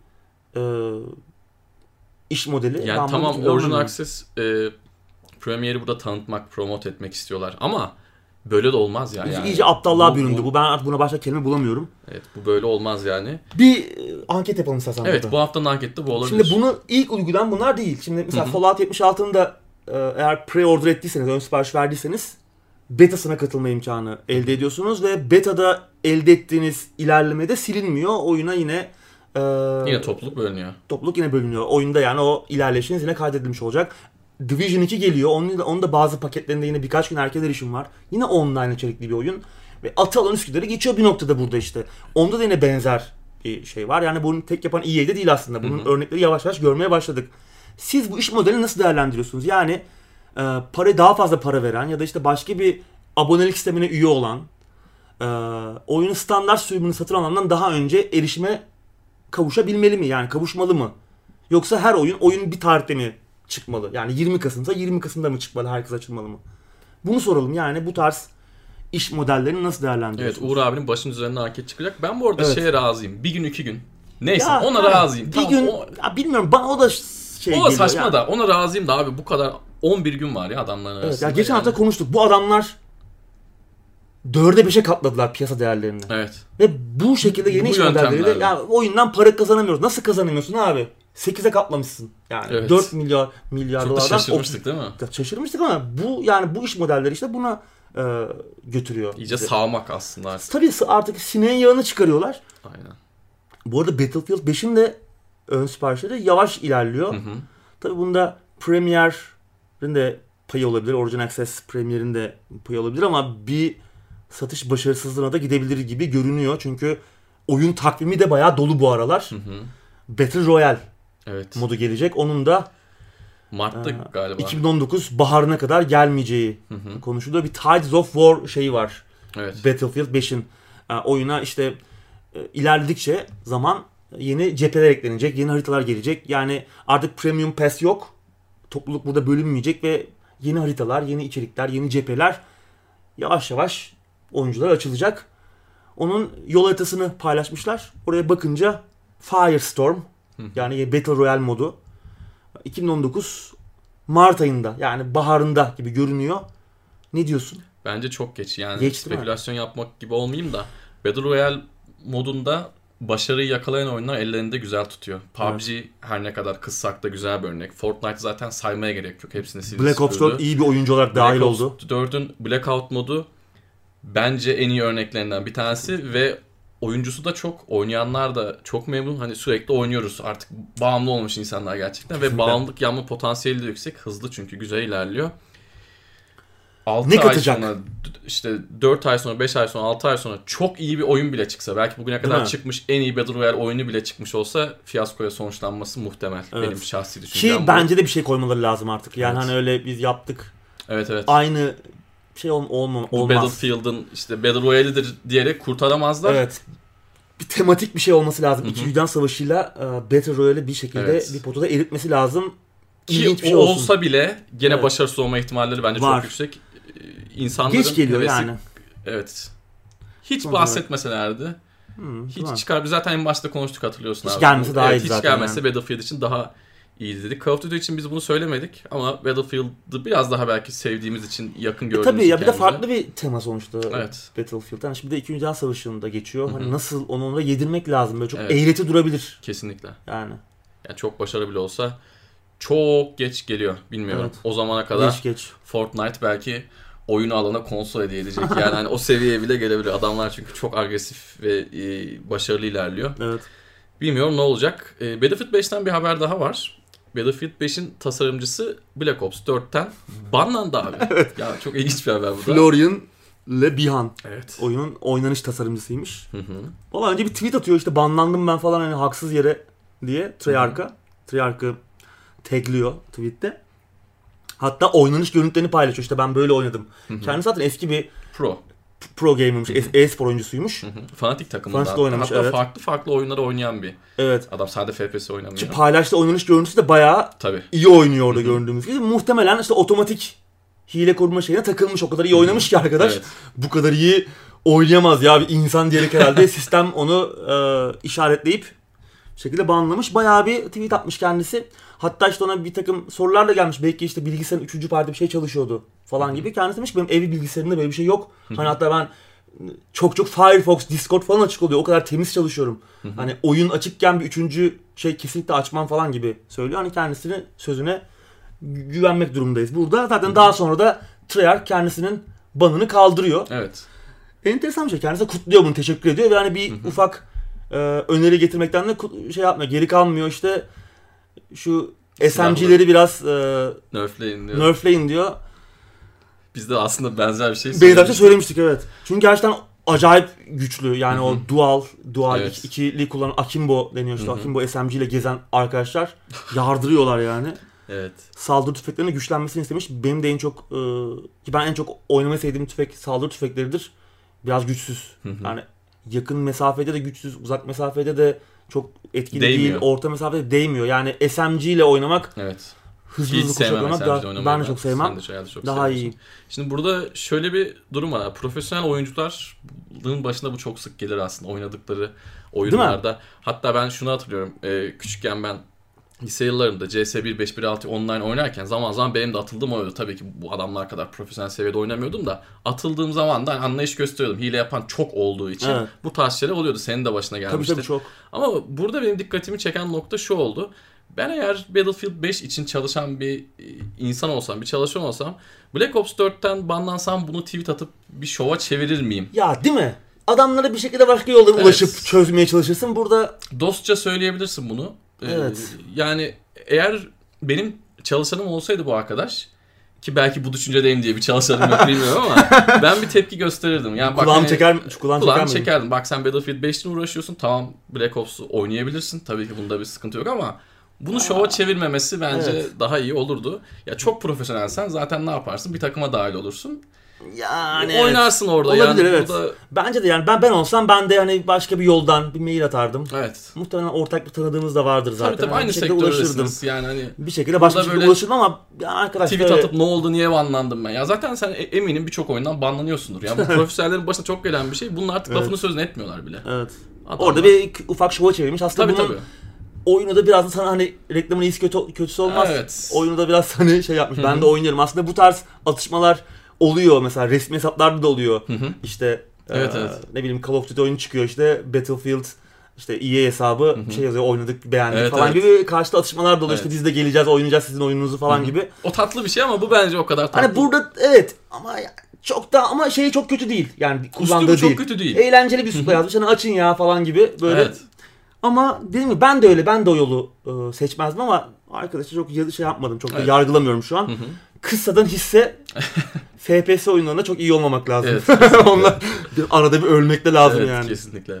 iş modeli? Yani tamam, Origin Access Premier'i burada tanıtmak, promote etmek istiyorlar ama böyle de olmaz ya. Yani. İyice aptallığa büründü bu. Ben artık buna başka kelime bulamıyorum. Evet, bu böyle olmaz yani. Bir anket yapalım istersen. Evet, burada. Bu haftanın ankette bu olabilir. Şimdi bunu ilk uygulayan bunlar değil. Şimdi mesela Fallout 76'nın da eğer pre-order ettiyseniz, ön sipariş verdiyseniz betasına katılma imkanı elde ediyorsunuz ve betada elde ettiğiniz ilerlemede silinmiyor. Oyuna yine topluluk bölünüyor. Topluluk yine bölünüyor. Oyunda yani o ilerleyişiniz yine kaydedilmiş olacak. Division 2 geliyor. Onun da bazı paketlerinde yine birkaç gün erken erişim var. Yine online içerikli bir oyun. Ve atı alan Üsküdar'ı geçiyor bir noktada burada işte. Onda da yine benzer bir şey var. Yani bunu tek yapan EA'de değil aslında. Bunun örnekleri yavaş yavaş görmeye başladık. Siz bu iş modelini nasıl değerlendiriyorsunuz? Yani daha fazla para veren ya da işte başka bir abonelik sistemine üye olan, oyunun standart sürümünü satın alandan daha önce erişime kavuşabilmeli mi? Yani kavuşmalı mı? Yoksa her oyun bir tarihte mi çıkmalı? Yani 20 Kasım'sa 20 Kasım'da mı çıkmalı? Herkes açılmalı mı? Bunu soralım. Yani bu tarz iş modellerini nasıl değerlendiriyorsunuz? Evet, Uğur abinin başının üzerine anket çıkacak. Ben bu arada şeye razıyım. Bir gün 2 gün. Neyse ya, ona razıyım. Bir gün bilmiyorum, bana o da o da saçma yani. Da ona razıyım da abi, bu kadar 11 gün var ya adamların arasında. Ya geçen hafta konuştuk. Bu adamlar 4'e 5'e katladılar piyasa değerlerini. Evet. Ve bu şekilde yeni iş modelleriyle yani oyundan para kazanamıyoruz. Nasıl kazanamıyorsun abi? 8'e katlamışsın. Yani 4 milyar dolardan. Çok şaşırmıştık değil mi? Şaşırmıştık ama bu iş modelleri işte buna götürüyor. İyice sağmak aslında artık. Tabii artık sineğin yağını çıkarıyorlar. Aynen. Bu arada Battlefield 5'in de ön siparişleri yavaş ilerliyor. Tabii bunda Premier'in de payı olabilir. Origin Access Premier'in de payı olabilir ama bir satış başarısızlığına da gidebilir gibi görünüyor. Çünkü oyun takvimi de bayağı dolu bu aralar. Battle Royale modu gelecek. Onun da Mart'ta galiba. 2019 baharına kadar gelmeyeceği konuşuluyor. Bir Tides of War şeyi var. Evet. Battlefield 5'in oyuna işte ilerledikçe zaman yeni cepheler eklenecek, yeni haritalar gelecek. Yani artık Premium Pass yok. Topluluk burada bölünmeyecek ve yeni haritalar, yeni içerikler, yeni cepheler yavaş yavaş oyunculara açılacak. Onun yol haritasını paylaşmışlar. Oraya bakınca Firestorm yani Battle Royale modu 2019 Mart ayında yani baharında gibi görünüyor. Ne diyorsun? Bence çok geç. Yani geç, spekülasyon yapmak gibi olmayayım da Battle Royale modunda başarıyı yakalayan oyunlar ellerinde güzel tutuyor. PUBG her ne kadar kıssak da güzel bir örnek. Fortnite zaten saymaya gerek yok. Hepsini sildi. Black Ops 4 iyi bir oyuncu olarak dahil oldu. Black Ops 4'ün Blackout modu bence en iyi örneklerinden bir tanesi ve oyuncusu da çok, oynayanlar da çok memnun. Hani sürekli oynuyoruz. Artık bağımlı olmuş insanlar gerçekten. Kesinlikle. Ve bağımlılık yanma potansiyeli de yüksek. Hızlı çünkü güzel ilerliyor. 6 ay sonra, işte 4 ay sonra, 5 ay sonra, 6 ay sonra çok iyi bir oyun bile çıksa, belki bugüne kadar çıkmış en iyi Battle Royale oyunu bile çıkmış olsa fiyaskoya sonuçlanması muhtemel. Evet. Benim şahsi düşüncem bu. Ki bence de bir şey koymaları lazım artık. Yani hani öyle biz yaptık. Evet. Aynı şey olmaz. Battlefield'ın işte Battle Royale'idir diyerek kurtaramazlar. Evet. Bir tematik bir şey olması lazım. İki Dünya Savaşı'yla Battle Royale'i bir şekilde bir potada eritmesi lazım. Ki şey olsa bile gene başarısız olma ihtimalleri bence çok yüksek. İnsanların geç geliyor yani. Evet. Hiç bahsetmeselerdi. Hiç çıkar. Biz zaten en başta konuştuk, hatırlıyorsun hiç abi. Gelmesi daha iyi hiç zaten. Gelmese yani. Battlefield için daha iyiydi dedik. Call of Duty için biz bunu söylemedik ama Battlefield'ı biraz daha belki sevdiğimiz için, yakın gördüğümüz tabii için ya bir de farklı bir tema sonuçta Battlefield. Yani şimdi de 2. Dünya Savaşı'nda geçiyor. Hani nasıl onu da yedirmek lazım. Böyle çok eğreti durabilir. Kesinlikle. Yani çok başarılı bile olsa çok geç geliyor. Bilmiyorum. O zamana kadar geç. Fortnite belki oyunu alana konsol hediye edecek. Yani hani o seviyeye bile gelebilir. Adamlar çünkü çok agresif ve başarılı ilerliyor. Evet. Bilmiyorum ne olacak. Battlefield 5'ten bir haber daha var. Battlefield 5'in tasarımcısı Black Ops 4'ten banlandı abi. Evet. Ya çok ilginç bir haber bu da. Florian Lebihan. Evet. Oyunun oynanış tasarımcısıymış. Valla önce bir tweet atıyor işte banlandım ben falan hani haksız yere diye Treyarch'ı tagliyor tweette. Hatta oynanış görüntülerini paylaşıyor. İşte ben böyle oynadım. Kendisi zaten eski bir pro gamer'mış. E-spor oyuncusuymuş. Fanatik takımında. Fanatik'te oynamış, hatta farklı oyunları oynayan bir adam. Sadece FPS oynamıyor. İşte paylaştığı oynanış görüntüsü de bayağı iyi oynuyor orada gördüğümüz gibi. Muhtemelen işte otomatik hile koruma şeyine takılmış. O kadar iyi oynamış ki arkadaş. Bu kadar iyi oynayamaz ya bir insan diyerek herhalde sistem onu işaretleyip şekilde banlamış. Bayağı bir tweet atmış kendisi. Hatta işte ona bir takım sorular da gelmiş. Belki işte bilgisayarın 3. parti bir şey çalışıyordu falan gibi. Kendisi demiş ki benim evi bilgisayarında böyle bir şey yok. Hani hatta ben çok Firefox, Discord falan açık oluyor. O kadar temiz çalışıyorum. Hani oyun açıkken bir 3. şey kesinlikle açmam falan gibi söylüyor. Hani kendisinin sözüne güvenmek durumundayız. Burada zaten daha sonra da Treyarch kendisinin banını kaldırıyor. Evet. Enteresan bir şey. Kendisi kutluyor bunu, teşekkür ediyor ve hani bir ufak öneri getirmekten de şey yapmıyor. Geri kalmıyor işte. Şu SMG'leri biraz nerfleyin diyor. Biz de aslında benzer bir şey söylemiştik. Evet. Çünkü gerçekten acayip güçlü. Yani o dual ikili kullanan Akimbo deniyor işte. Akimbo SMG ile gezen arkadaşlar yardırıyorlar yani. Evet. Saldırı tüfeklerinin güçlenmesini istemiş. Benim de ben en çok oynamayı sevdiğim tüfek saldırı tüfekleridir. Biraz güçsüz. Yani yakın mesafede de güçsüz, uzak mesafede de çok etkili değil, orta mesafede değmiyor. Yani SMG ile oynamak, hızlı koşarak ben de çok sevmem. Daha iyi. Şimdi burada şöyle bir durum var. Profesyonel oyuncuların başına bu çok sık gelir aslında oynadıkları oyunlarda. Hatta ben şunu hatırlıyorum. Küçükken ben lise yıllarında CS 1.5.1.6 online oynarken zaman zaman benim de atıldığım oluyordu. Tabii ki bu adamlar kadar profesyonel seviyede oynamıyordum da atıldığım zaman da anlayış gösteriyordum. Hile yapan çok olduğu için bu tarz şeyler oluyordu. Senin de başına gelmişti. Tabii çok. Ama burada benim dikkatimi çeken nokta şu oldu. Ben eğer Battlefield 5 için çalışan bir insan olsam, bir çalışan olsam Black Ops 4'ten banlansam bunu tweet atıp bir şova çevirir miyim? Ya değil mi? Adamlara bir şekilde başka yollara ulaşıp çözmeye çalışırsın. Burada dostça söyleyebilirsin bunu. Yani eğer benim çalışanım olsaydı bu arkadaş, ki belki bu düşüncedeyim diye bir çalışanım yok bilmiyorum ama ben bir tepki gösterirdim. Yani kulağını çekerdim. Bak sen Battlefield 5'ten uğraşıyorsun. Tamam Black Ops'u oynayabilirsin. Tabii ki bunda bir sıkıntı yok ama Bunu şova çevirmemesi bence daha iyi olurdu. Ya çok profesyonelsen zaten ne yaparsın? Bir takıma dahil olursun. Yani oynarsın orada. Olabilir, yani evet. burada... Bence de yani ben olsam ben de hani başka bir yoldan bir mail atardım. Evet. Muhtemelen ortak bir tanıdığımız da vardır zaten. Tabii aynı sektördesiniz. Yani hani bir şekilde başka bir şekilde ulaşırdım ama arkadaşlar tweet atıp ne oldu, niye banlandım ben? Ya zaten sen eminim birçok oyundan banlanıyorsundur. Ya bu profesyonellerin başına çok gelen bir şey. Bunun artık lafını sözünü etmiyorlar bile. Evet. Orada bir ufak şova çevirmiş. Aslında tabii. Oyunu da biraz da sana hani reklamın iyisi kötüsü olmaz. Evet. Oyunu da biraz hani şey yapmış. Ben de oynuyorum. Aslında bu tarz atışmalar oluyor mesela, resmi hesaplarda da oluyor. İşte evet. ne bileyim Call of Duty oyunu çıkıyor, işte Battlefield, işte EA hesabı şey yazıyor, oynadık, beğendik falan gibi karşıda atışmalar da oluyor. İşte biz de geleceğiz, oynayacağız sizin oyununuzu falan gibi. O tatlı bir şey ama bu bence o kadar tatlı. Hani burada evet ama çok da ama şeyi çok kötü değil. Yani kullandığı Üslubu değil. çok kötü değil. Eğlenceli bir üslup yazmış. Hani açın ya falan gibi böyle. Evet. Ama dediğim gibi ben de öyle. Ben de o yolu seçmezdim ama arkadaşlar çok şey yapmadım. Çok da yargılamıyorum şu an. Kıssadan hisse FPS oyunlarında çok iyi olmamak lazım. Evet, onlar arada bir ölmek de lazım evet, yani. Kesinlikle.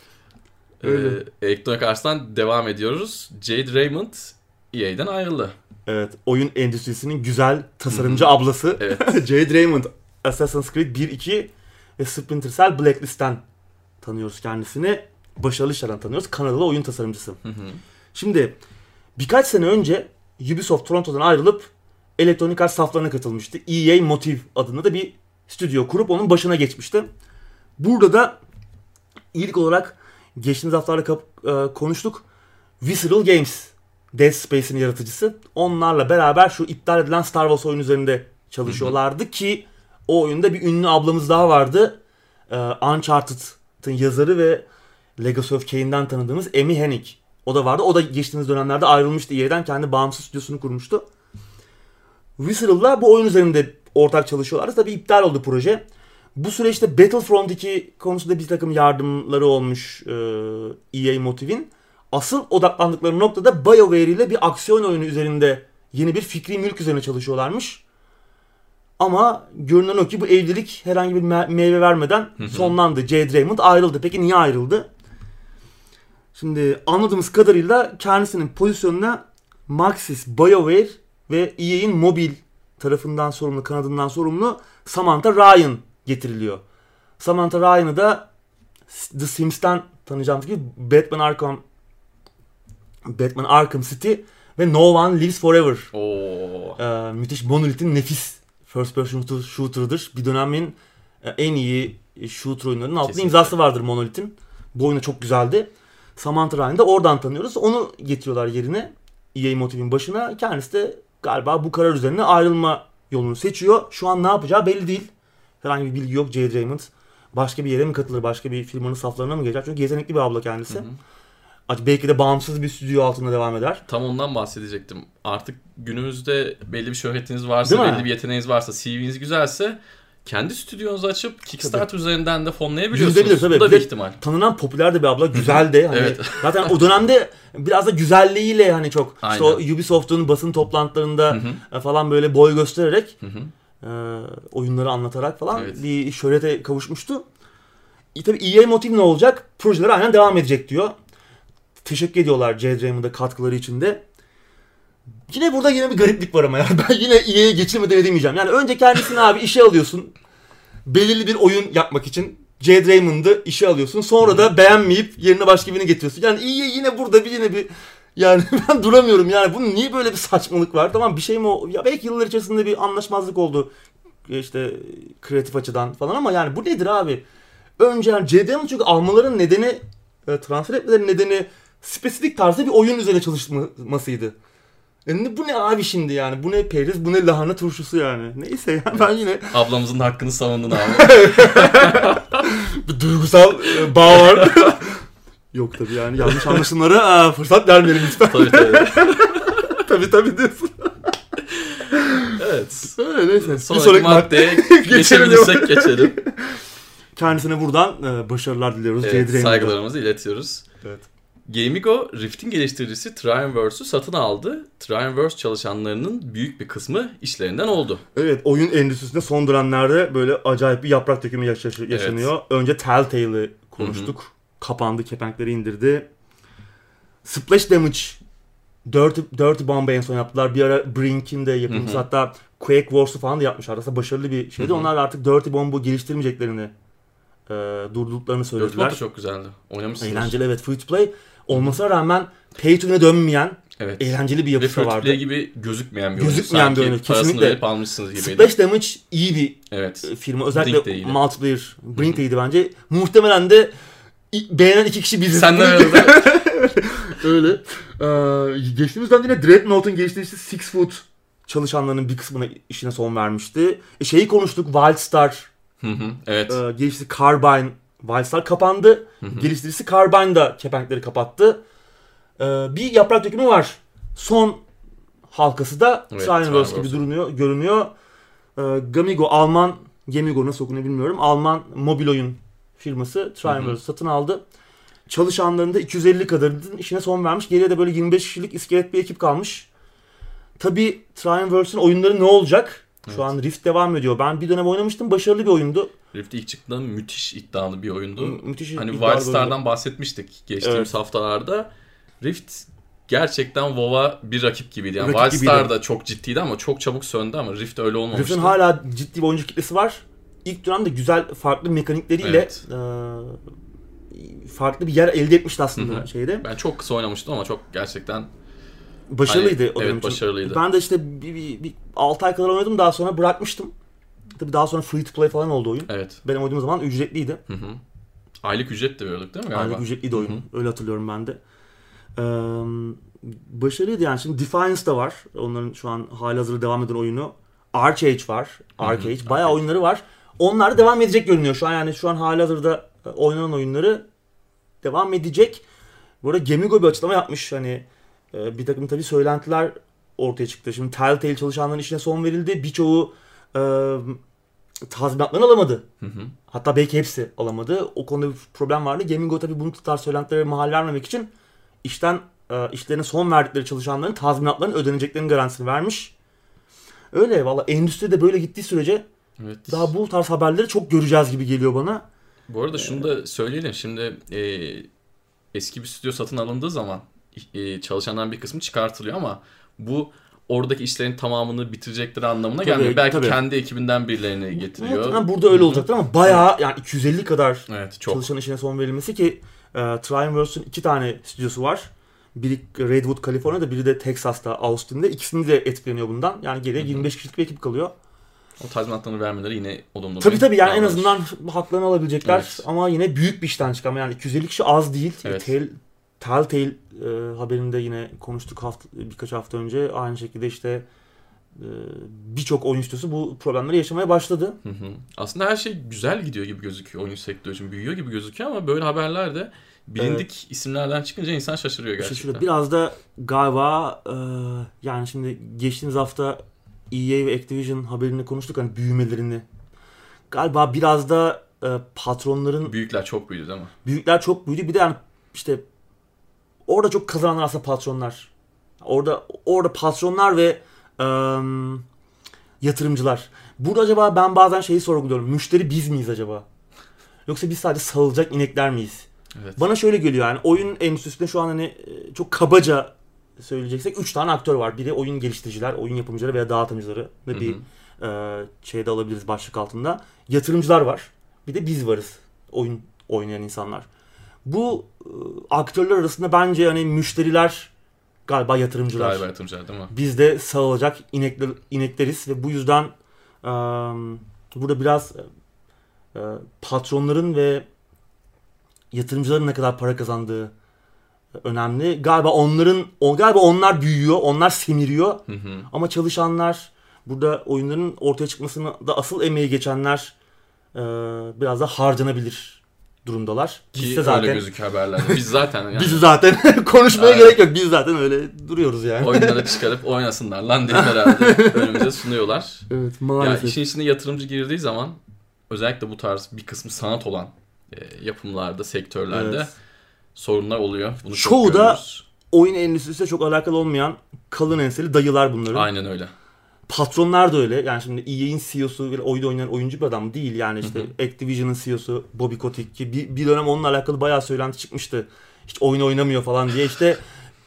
Electronic Arts'tan devam ediyoruz. Jade Raymond EA'den ayrıldı. Evet, oyun endüstrisinin güzel tasarımcı ablası. Evet. Jade Raymond, Assassin's Creed 1, 2 ve Splinter Cell Blacklist'ten tanıyoruz kendisini. Başarılı işlerden tanıyoruz. Kanadalı oyun tasarımcısı. Şimdi birkaç sene önce Ubisoft Toronto'dan ayrılıp Electronic Arts saflarına katılmıştı. EA Motive adında da bir stüdyo kurup onun başına geçmişti. Burada da ilk olarak geçtiğimiz haftalarda konuştuk. Visceral Games, Dead Space'in yaratıcısı. Onlarla beraber şu iptal edilen Star Wars oyunu üzerinde çalışıyorlardı ki o oyunda bir ünlü ablamız daha vardı. Uncharted'ın yazarı ve Legacy of Kain'den tanıdığımız Amy Hennig. O da vardı. O da geçtiğimiz dönemlerde ayrılmıştı EA'den. Kendi bağımsız stüdyosunu kurmuştu. Visceral'la bu oyun üzerinde ortak çalışıyorlardı. Tabii iptal oldu proje. Bu süreçte Battlefront 2 konusunda bir takım yardımları olmuş EA Motive'in. Asıl odaklandıkları noktada BioWare ile bir aksiyon oyunu üzerinde yeni bir fikri mülk üzerine çalışıyorlarmış. Ama görünen o ki bu evlilik herhangi bir meyve vermeden sonlandı. Jade Raymond ayrıldı. Peki niye ayrıldı? Şimdi anladığımız kadarıyla kendisinin pozisyonuna Maxis, BioWare ve EA'in mobil tarafından sorumlu, kanadından sorumlu Samantha Ryan getiriliyor. Samantha Ryan'ı da The Sims'ten tanıyacağımız gibi Batman Arkham City ve No One Lives Forever. Müthiş Monolith'in nefis first person shooter'ıdır. Bir dönemin en iyi shooter oyunlarının altında imzası vardır Monolith'in. Bu oyunu çok güzeldi. Samantha Ryan'ı da oradan tanıyoruz. Onu getiriyorlar yerine EA Motive'in başına. Kendisi de galiba bu karar üzerine ayrılma yolunu seçiyor. Şu an ne yapacağı belli değil. Herhangi bir bilgi yok. Jade Raymond başka bir yere mi katılır? Başka bir firmanın saflarına mı geçer? Çünkü yetenekli bir abla kendisi. Belki de bağımsız bir stüdyo altında devam eder. Tam ondan bahsedecektim. Artık günümüzde belli bir şöhretiniz varsa, belli bir yeteneğiniz varsa, CV'niz güzelse kendi stüdyonuzu açıp Kickstarter üzerinden de fonlayabiliyorsunuz. Tabii. Bu da bir ihtimal. Tanınan popüler de bir abla. Güzel de. Hani evet. Zaten o dönemde biraz da güzelliğiyle hani çok işte o Ubisoft'un basın toplantılarında falan böyle boy göstererek oyunları anlatarak falan bir şöhrete kavuşmuştu. Tabii EA Motive ne olacak? Projeler aynen devam edecek diyor. Teşekkür ediyorlar Jade Raymond'a katkıları için de. Yine bir gariplik var ama ya. Ben yine EA'ye geçirmeden edemeyeceğim. Yani önce kendisini abi işe alıyorsun. Belirli bir oyun yapmak için Jade Raymond'ı işe alıyorsun. Sonra da beğenmeyip yerine başka birini getiriyorsun. Yani EA yine burada bir yani ben duramıyorum yani. Bunun niye böyle bir saçmalık var? Tamam bir şey mi o? Ya belki yıllar içerisinde bir anlaşmazlık oldu. İşte kreatif açıdan falan ama yani bu nedir abi? Önce yani Jade Raymond çünkü almaların nedeni, transfer etmeleri nedeni spesifik tarzda bir oyun üzerine çalışmasıydı. Bu ne abi şimdi yani? Bu ne periz, bu ne lahana turşusu yani? Neyse yani ben yine... Ablamızın hakkını savundun abi. Bir duygusal bağ var. Yok tabii yani yanlış anlaşılmalara fırsat vermeyelim lütfen. Tabii diyorsun. Evet. Neyse. Sonraki maddeye geçebilirsek geçelim. Kendisine buradan başarılar diliyoruz. Evet, saygılarımızı iletiyoruz. Evet. Gamigo, Rift'in geliştiricisi Triumverse'ü satın aldı. Triumverse çalışanlarının büyük bir kısmı işlerinden oldu. Evet, oyun endüstrisinde son dönemlerde böyle acayip bir yaprak dökümü yaşanıyor. Evet. Önce Telltale'ı konuştuk. Kapandı, kepenkleri indirdi. Splash Damage Dirty Bomb'ı en son yaptılar. Bir ara Brink'in de yapımcısı, hatta Quake Wars'u falan da yapmışlar. Aslında başarılı bir şeydi. Onlar artık Dirty Bomb'u geliştirmeyeceklerini durdurduklarını söylediler. Dirty Bomb da çok güzeldi. Oynamışsınız. Eğlenceli, evet. Free to play olmasına rağmen pay to win'e dönmeyen eğlenceli bir yapısı vardı. Ve free to play gibi gözükmeyen bir oyun. Gözükmeyen bir oyun. Kesinlikle. Verip almışsınız gibiydi. Splash Damage iyi bir firma. Özellikle multiplayer. Brink de iyiydi bence. Muhtemelen de beğenen 2 kişi biziz. Sen de öyle. Öyle. Geçtiğimiz dönemde yine Dreadnought'un geliştiricisi Six Foot çalışanlarının bir kısmına işine son vermişti. Şeyi konuştuk, Wildstar. Evet. Geliştiricisi Carbine. Wildstar kapandı. Geliştiricisi Carbine da kepenkleri kapattı. Bir yaprak dökümü var. Son halkası da Trianverse gibi görünüyor. Gamigo, Alman, Gamigo nasıl okunuyor bilmiyorum. Alman mobil oyun firması Trianverse satın aldı. Çalışanlarında 250 kadarının işine son vermiş. Geriye de böyle 25 kişilik iskelet bir ekip kalmış. Tabii Trianverse'in oyunları ne olacak? Şu an Rift devam ediyor. Ben bir dönem oynamıştım. Başarılı bir oyundu. Rift ilk çıktığında müthiş iddialı bir oyundu. Müthiş hani Wildstar'dan bahsetmiştik geçtiğimiz haftalarda. Rift gerçekten WoW'a bir rakip gibiydi. Yani Wildstar da çok ciddiydi ama çok çabuk söndü, ama Rift öyle olmamıştı. Rift'in hala ciddi bir oyuncu kitlesi var. İlk dönemde güzel farklı mekanikleriyle farklı bir yer elde etmişti aslında şeyde. Ben çok kısa oynamıştım ama çok gerçekten başarılıydı o dönem için. Başarılıydı. Ben de işte bir 6 ay kadar oynadım, daha sonra bırakmıştım. Tabii daha sonra free to play falan oldu oyun. Evet. Benim oynadığım zaman ücretliydi. Aylık ücret de veriyorduk değil mi galiba? Aylık ücretliydi oyun. Öyle hatırlıyorum ben de. Başarılıydı yani. Şimdi Defiance da var. Onların şu an halihazırda devam eden oyunu. Arcade var. Arcade. Bayağı oyunları var. Onlar da devam edecek görünüyor şu an. Yani şu an halihazırda oynanan oyunları devam edecek. Bu arada Gamigo bir açıklama yapmış. Hani bir takım tabii söylentiler ortaya çıktı. Şimdi Telltale çalışanların işine son verildi. Birçoğu tazminatlarını alamadı. Hatta belki hepsi alamadı. O konuda bir problem vardı. Gamigo tabii bunu tutar söylentilere mahal vermemek için işlerine son verdikleri çalışanların tazminatlarının ödeneceklerinin garantisini vermiş. Öyle valla, endüstride böyle gittiği sürece daha bu tarz haberleri çok göreceğiz gibi geliyor bana. Bu arada şunu da söyleyelim. Şimdi eski bir stüdyo satın alındığı zaman çalışanların bir kısmı çıkartılıyor ama bu oradaki işlerin tamamını bitirecekleri anlamına gelmiyor. Belki kendi ekibinden birilerini getiriyor. Yani burada öyle olacaktır ama bayağı yani 250 kadar çalışan işine son verilmesi ki Trianverse'ün 2 tane stüdyosu var. Biri Redwood, Kaliforniya'da, biri de Texas'ta, Austin'de. İkisini de etkileniyor bundan. Yani geriye 25 kişilik bir ekip kalıyor. O tazminatlarını vermeleri yine olumlu. Tabii yani en azından haklarını alabilecekler ama yine büyük bir işten çıkan. Yani 250 kişi az değil. Telltale haberinde yine konuştuk birkaç hafta önce. Aynı şekilde işte birçok oyun stüdyosu bu problemleri yaşamaya başladı. Aslında her şey güzel gidiyor gibi gözüküyor. Oyun sektörü için büyüyor gibi gözüküyor ama böyle haberler de bilindik isimlerden çıkınca insan şaşırıyor gerçekten. Biraz da galiba yani şimdi geçtiğimiz hafta EA ve Activision haberini konuştuk, hani büyümelerini. Galiba biraz da patronların... Büyükler çok büyüdü değil mi? Büyükler çok büyüdü. Bir de yani işte orada çok kazananlar aslında patronlar. Orada patronlar ve yatırımcılar. Burada acaba ben bazen şeyi sorguluyorum. Müşteri biz miyiz acaba? Yoksa biz sadece sağılacak inekler miyiz? Evet. Bana şöyle geliyor yani, oyun endüstrisinde şu an hani çok kabaca söyleyeceksek 3 tane aktör var. Biri oyun geliştiriciler, oyun yapımcıları veya dağıtımcıları ve bir şeyde alabiliriz başlık altında. Yatırımcılar var. Bir de biz varız. Oyun oynayan insanlar. Bu aktörler arasında bence hani müşteriler galiba yatırımcılar. Galiba yatırımcılar değil mi? Biz de sağılacak inekleriz ve bu yüzden burada biraz patronların ve yatırımcıların ne kadar para kazandığı önemli. Galiba onlar büyüyor, onlar semiriyor. Ama çalışanlar, burada oyunların ortaya çıkmasını da asıl emeği geçenler biraz da harcanabilir durumdalar. Ki zaten öyle gözüküyor haberlerde. Biz zaten yani. Biz zaten konuşmaya gerek yok. Biz zaten öyle duruyoruz yani. Oyunlara çıkarıp oynasınlar lan deyip herhalde önümüze sunuyorlar. Evet, maalesef. Ya işin içine yatırımcı girdiği zaman özellikle bu tarz bir kısmı sanat olan yapımlarda, sektörlerde sorunlar oluyor. Bunu çoğu da oyun endüstrisiyle çok alakalı olmayan kalın enseli dayılar bunların. Aynen öyle. Patronlar da öyle. Yani şimdi EA'in CEO'su oyun oynayan oyuncu bir adam değil. Yani işte Activision'ın CEO'su Bobby Kotick ki bir dönem onunla alakalı bayağı söylenti çıkmıştı. Hiç oyun oynamıyor falan diye. İşte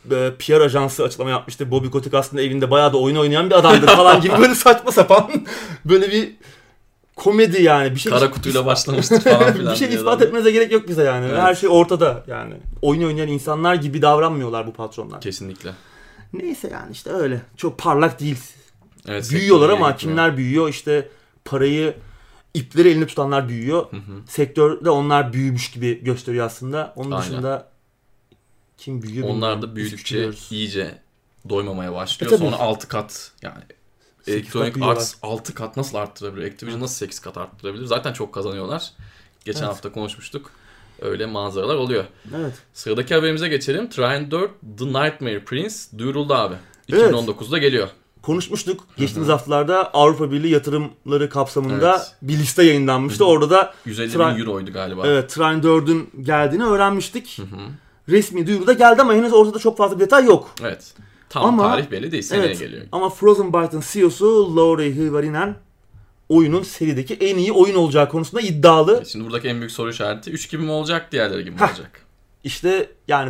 PR ajansı açıklama yapmıştı. Bobby Kotick aslında evinde bayağı da oyun oynayan bir adamdır falan gibi böyle saçma sapan böyle bir komedi yani. Bir şey kara kutuyla başlamıştır falan filan. Bir şey ispat etmenize gerek yok bize yani. Evet. Her şey ortada yani. Oyun oynayan insanlar gibi davranmıyorlar bu patronlar. Kesinlikle. Neyse yani işte öyle. Çok parlak değil. Evet, büyüyorlar ama kimler büyüyor? İşte parayı, ipleri elinde tutanlar büyüyor. Sektörde onlar büyümüş gibi gösteriyor aslında. Onun dışında kim büyüyor? Onlar da büyüdükçe iyice doymamaya başlıyor. Sonra 6 kat yani Electronic Arts 6 kat nasıl arttırabilir? Activision nasıl 8 kat arttırabilir? Zaten çok kazanıyorlar. Geçen hafta konuşmuştuk. Öyle manzaralar oluyor. Evet. Sıradaki haberimize geçelim. Trine 4 The Nightmare Prince duyuruldu abi. 2019'da geliyor. Konuşmuştuk. Geçtiğimiz haftalarda Avrupa Birliği yatırımları kapsamında bir liste yayınlanmıştı. Orada da 150 bin euroydu galiba. Evet, Trine 4'ün geldiğini öğrenmiştik. Resmi duyuru da geldi ama henüz ortada çok fazla bir detay yok. Evet. Tam tarih belli değil. Seneye geliyor. Ama Frozen Byte'ın CEO'su Lauri Hirvarinen oyunun serideki en iyi oyun olacağı konusunda iddialı. Şimdi buradaki en büyük soru işareti 3 gibi mi olacak, diğerleri gibi mi olacak? İşte yani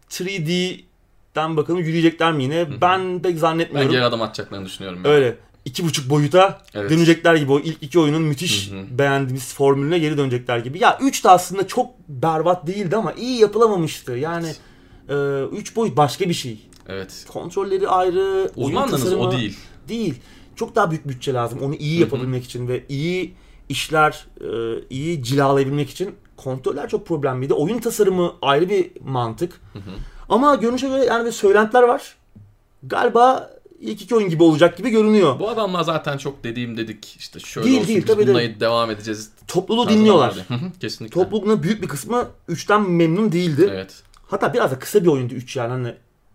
3D'den bakalım yürüyecekler mi yine? Ben pek zannetmiyorum. Ben geri adım atacaklarını düşünüyorum. Öyle. 2,5 boyuta dönecekler gibi. O ilk iki oyunun müthiş beğendiğimiz formülüne geri dönecekler gibi. Ya 3 de aslında çok berbat değildi ama iyi yapılamamıştı. Yani 3 boyut başka bir şey. Evet. Kontrolleri ayrı. Uzmanlığınız o değil. Değil. Çok daha büyük bütçe lazım. Onu iyi yapabilmek için ve iyi işler, iyi cilalayabilmek için kontroller çok problemliydi. Oyun tasarımı ayrı bir mantık. Ama görünüşe göre yani bir söylentiler var. Galiba ilk iki oyun gibi olacak gibi görünüyor. Bu adamlar zaten çok dedik işte şöyle değil, olsun, biz bununla devam edeceğiz. Topluluğu dinliyorlar. Kesinlikle. Topluluğun büyük bir kısmı 3'ten memnun değildi. Evet. Hatta biraz da kısa bir oyundu 3 yani. Hani,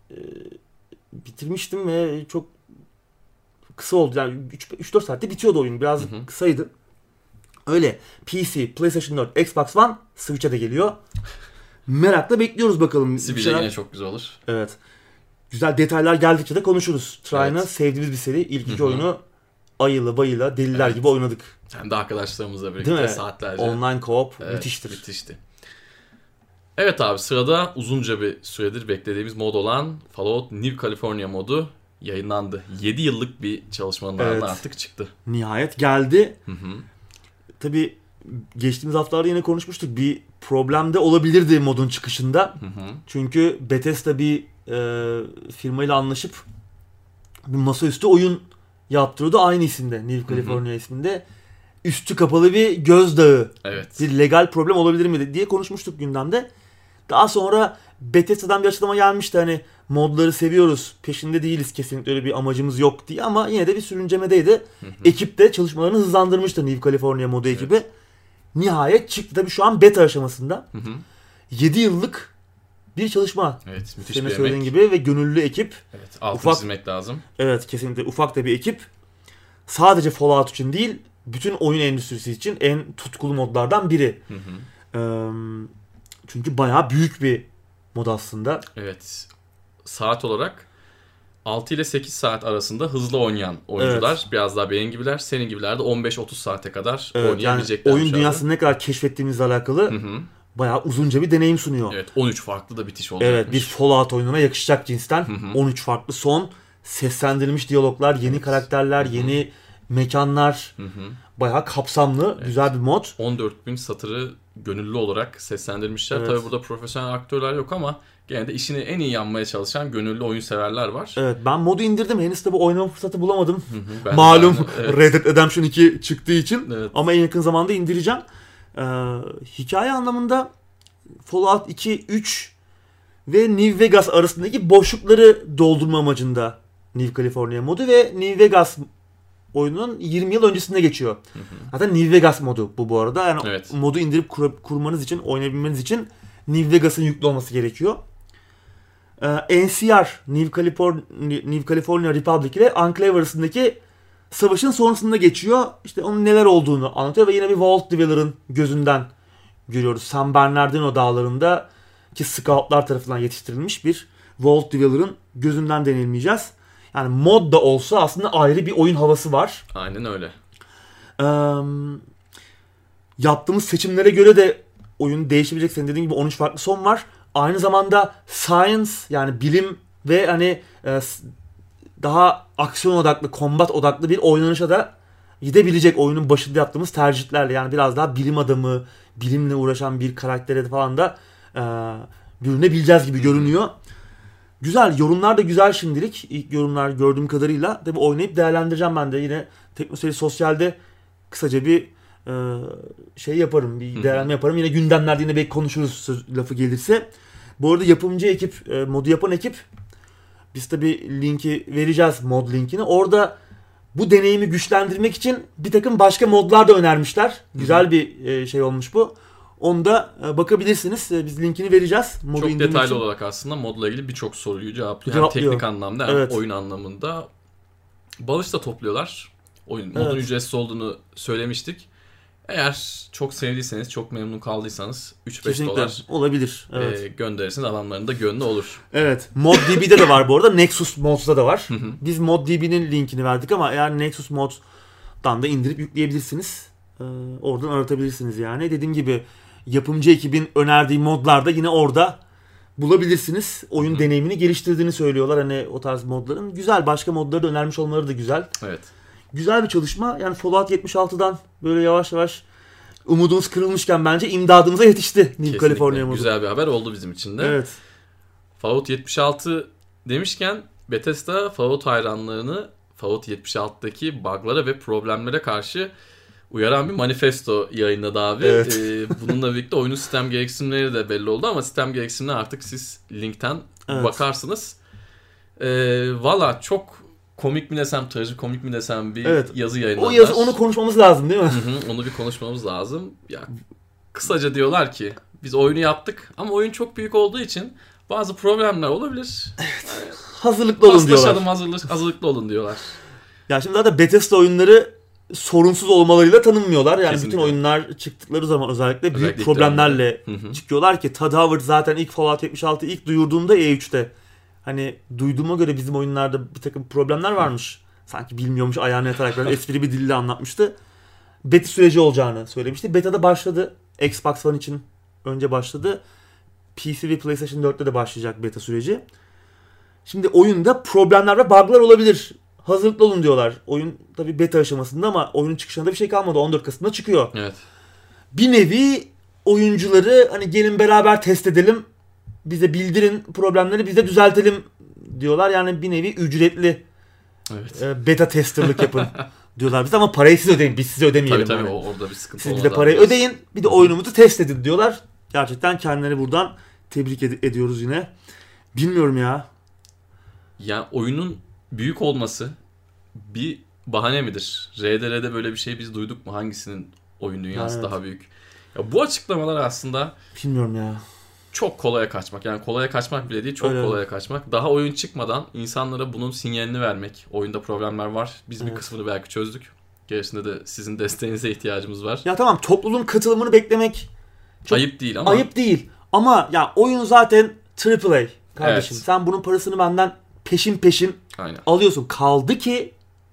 bitirmiştim ve çok kısa oldu. Yani 3-4 saatte bitiyordu oyun. Biraz kısaydı. Öyle. PC, PlayStation 4, Xbox One, Switch'e de geliyor. Merakla bekliyoruz bakalım. Switch'e yine çok güzel olur. Evet. Güzel detaylar geldikçe de konuşuruz. Trine'a sevdiğimiz bir seri. İlk iki oyunu ayıla bayıla deliler gibi oynadık. Hem de arkadaşlarımızla birlikte saatlerce. Online co-op müthiştir. Müthişti. Evet abi, sırada uzunca bir süredir beklediğimiz mod olan Fallout New California modu yayınlandı. 7 yıllık bir çalışmanın ardından artık çıktı. Nihayet geldi. Tabii geçtiğimiz haftalarda yine konuşmuştuk. Bir problem de olabilirdi modun çıkışında. Çünkü Bethesda bir firmayla anlaşıp bir masaüstü oyun yaptırıyordu. Aynı isimde. New California isminde. Üstü kapalı bir gözdağı. Evet. Bir legal problem olabilir mi diye konuşmuştuk gündemde. Daha sonra Bethesda'dan bir açıklama gelmişti. Hani modları seviyoruz, peşinde değiliz, kesinlikle öyle bir amacımız yok diye, ama yine de bir sürüncemedeydi. Ekip de çalışmalarını hızlandırmıştı, New California modu ekibi. Nihayet çıktı. Tabii şu an beta aşamasında. 7 yıllık bir çalışma. Evet, müthiş senin bir söylediğin emek gibi ve gönüllü ekip. Evet, altını çizmek lazım. Evet, kesinlikle ufak da bir ekip. Sadece Fallout için değil, bütün oyun endüstrisi için en tutkulu modlardan biri. Çünkü bayağı büyük bir mod aslında. Evet. Saat olarak 6 ile 8 saat arasında hızlı oynayan oyuncular, biraz daha benim gibiler, senin gibiler de 15-30 saate kadar oynayabilecekler. Yani oyun dünyasını ne kadar keşfettiğimizle alakalı bayağı uzunca bir deneyim sunuyor. Evet, 13 farklı da bitiş olacakmış. Evet, bir Fallout oyununa yakışacak cinsten 13 farklı son, seslendirilmiş diyaloglar, yeni karakterler, yeni mekanlar. Bayağı kapsamlı, güzel bir mod. 14.000 satırı gönüllü olarak seslendirmişler. Tabii burada profesyonel aktörler yok ama gene de işini en iyi yapmaya çalışan gönüllü oyun severler var. Evet, ben modu indirdim. Henüz tabii oynama fırsatı bulamadım. Malum Red Dead Redemption 2 çıktığı için. Ama en yakın zamanda indireceğim. Hikaye anlamında Fallout 2, 3 ve New Vegas arasındaki boşlukları doldurma amacında New California modu ve New Vegas oyunun 20 yıl öncesinde geçiyor. Hatta New Vegas modu bu arada. Yani modu indirip kurmanız için, oynayabilmeniz için New Vegas'ın yüklü olması gerekiyor. NCR, New California Republic ile Enclave arasındaki savaşın sonrasında geçiyor. İşte onun neler olduğunu anlatıyor ve yine bir Vault Dweller'ın gözünden görüyoruz. San Bernardino dağlarında ki scoutlar tarafından yetiştirilmiş bir Vault Dweller'ın gözünden deneyimleyeceğiz. Yani mod da olsa aslında ayrı bir oyun havası var. Aynen öyle. Yaptığımız seçimlere göre de oyun değişebilecek. Senin dediğin gibi 13 farklı son var. Aynı zamanda science, yani bilim ve hani daha aksiyon odaklı, kombat odaklı bir oynanışa da gidebilecek oyunun başında yaptığımız tercihlerle. Yani biraz daha bilim adamı, bilimle uğraşan bir karaktere falan da bürünebileceğiz gibi görünüyor. Güzel. Yorumlar da güzel şimdilik. İlk yorumlar gördüğüm kadarıyla. Tabii oynayıp değerlendireceğim ben de. Yine Teknoseyir Sosyal'de kısaca bir şey yaparım. Bir değerlendirme yaparım. Yine gündemlerde yine belki konuşuruz lafı gelirse. Bu arada yapımcı ekip, modu yapan ekip, biz tabii linki vereceğiz, mod linkini. Orada bu deneyimi güçlendirmek için bir takım başka modlar da önermişler. Güzel bir şey olmuş bu. Onda bakabilirsiniz. Biz linkini vereceğiz. Modu çok detaylı için olarak aslında modla ilgili birçok soruyu cevaplıyor. Hem teknik anlamda hem oyun anlamında. Bağış da topluyorlar. Modun ücretsiz olduğunu söylemiştik. Eğer çok sevdiyseniz, çok memnun kaldıysanız 3-5 dolar olabilir. Gönderirsiniz, adamların da gönlü olur. Evet. ModDB'de de var bu arada. Nexus Mods'da da var. Biz ModDB'nin linkini verdik ama eğer Nexus Mods'dan da indirip yükleyebilirsiniz. Oradan aratabilirsiniz yani. Dediğim gibi yapımcı ekibin önerdiği modlarda yine orada bulabilirsiniz. Oyun deneyimini geliştirdiğini söylüyorlar. Hani o tarz modların. Güzel. Başka modları da önermiş olmaları da güzel. Evet. Güzel bir çalışma. Yani Fallout 76'dan böyle yavaş yavaş umudumuz kırılmışken bence imdadımıza yetişti New California modu. Güzel bir haber oldu bizim için de. Evet. Fallout 76 demişken Bethesda Fallout hayranlarını Fallout 76'daki bug'lara ve problemlere karşı uyaran bir manifesto yayınladı abi. Evet. Bununla birlikte oyunun sistem gereksinimleri de belli oldu ama sistem gereksinimleri artık siz linkten bakarsınız. Valla çok komik mi desem, trajikomik mi desem bir yazı yayınladılar. O yazı, onu konuşmamız lazım değil mi? Onu bir konuşmamız lazım. Ya kısaca diyorlar ki biz oyunu yaptık ama oyun çok büyük olduğu için bazı problemler olabilir. Evet. Hazırlıklı olun diyorlar. Hazırlıklı olun diyorlar. Ya şimdi zaten Bethesda oyunları sorunsuz olmalarıyla tanınmıyorlar. Yani kesinlikle. Bütün oyunlar çıktıkları zaman özellikle büyük problemlerle çıkıyorlar ki Todd Howard zaten ilk Fallout 76 ilk duyurduğunda E3'te hani duyduğuma göre bizim oyunlarda bir takım problemler varmış. Sanki bilmiyormuş, ayağını yatarak böyle espri bir dille anlatmıştı. Beta süreci olacağını söylemişti. Beta'da başladı. Xbox One için önce başladı. PC ve PlayStation 4'te de başlayacak beta süreci. Şimdi oyunda problemler ve bug'lar olabilir. Hazırlıklı olun diyorlar. Oyun tabii beta aşamasında ama oyunun çıkışında bir şey kalmadı. 14 Kasım'da çıkıyor. Evet. Bir nevi oyuncuları hani gelin beraber test edelim. Bize bildirin problemleri, biz de düzeltelim diyorlar. Yani bir nevi ücretli beta testerlık yapın diyorlar bize ama parayı siz ödeyin. Biz size ödemeyelim. Tabii orada bir sıkıntı siz bize parayı ödeyin. Bir de oyunumuzu test edin diyorlar. Gerçekten kendileri buradan tebrik ediyoruz yine. Bilmiyorum ya. Ya oyunun büyük olması bir bahane midir? RDR'de böyle bir şey biz duyduk mu? Hangisinin oyun dünyası daha büyük? Ya bu açıklamalar aslında bilmiyorum ya. Çok kolaya kaçmak. Yani kolaya kaçmak bile değil, çok kolaya kaçmak. Daha oyun çıkmadan insanlara bunun sinyalini vermek. Oyunda problemler var. Biz bir kısmını belki çözdük. Gerisinde de sizin desteğinize ihtiyacımız var. Ya tamam, topluluğun katılımını beklemek çok ayıp değil ama. Ayıp değil. Ama ya oyun zaten AAA kardeşim. Sen bunun parasını benden peşin alıyorsun. Kaldı ki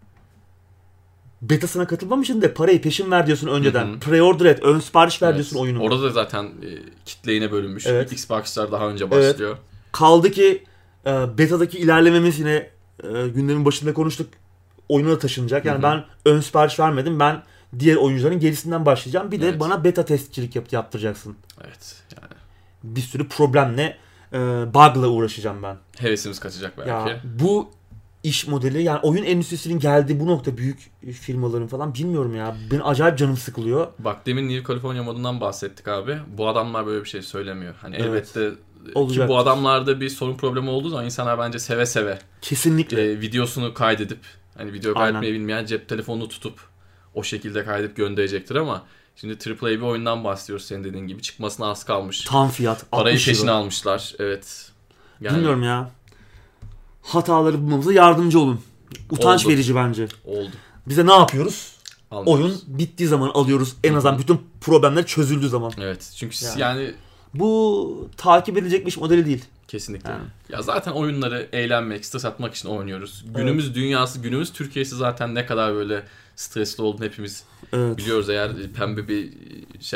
betasına katılmamışsın da parayı peşin ver diyorsun önceden. Pre-order et, ön sipariş ver diyorsun oyunun. Orada da zaten kitle yine bölünmüş. Xbox'lar daha önce başlıyor. Evet. Kaldı ki betadaki ilerlememiz yine gündemin başında konuştuk. Oyuna da taşınacak. Yani ben ön sipariş vermedim. Ben diğer oyuncuların gerisinden başlayacağım. Bir de bana beta testçilik yaptıracaksın. Evet. Yani. Bir sürü problemle, bug'la uğraşacağım ben. Hevesimiz kaçacak belki. Ya, bu iş modeli, yani oyun endüstrisinin geldiği bu nokta, büyük firmaların falan, bilmiyorum ya. Benim acayip canım sıkılıyor. Bak demin New California modundan bahsettik abi. Bu adamlar böyle bir şey söylemiyor. Hani elbette ki bu adamlarda bir sorun problemi olduğu zaman insanlar bence seve seve kesinlikle videosunu kaydedip, hani video kaydetmeyi bilmeyen cep telefonunu tutup o şekilde kaydedip gönderecektir ama şimdi AAA bir oyundan bahsediyoruz, senin dediğin gibi. Çıkmasına az kalmış. Tam fiyat. Parayı peşine almışlar. Evet. Yani... Bilmiyorum ya. Hataları bulmamıza yardımcı olun. Utanç verici bence. Oldu. Bize ne yapıyoruz? Almıyoruz. Oyun bittiği zaman alıyoruz. En azından bütün problemler çözüldüğü zaman. Evet. Çünkü yani bu takip edilecekmiş modeli değil. Kesinlikle. Yani. Ya zaten oyunları eğlenmek, stres atmak için oynuyoruz. Günümüz dünyası, günümüz Türkiye'si zaten ne kadar böyle stresli olduğunu hepimiz biliyoruz, eğer pembe bir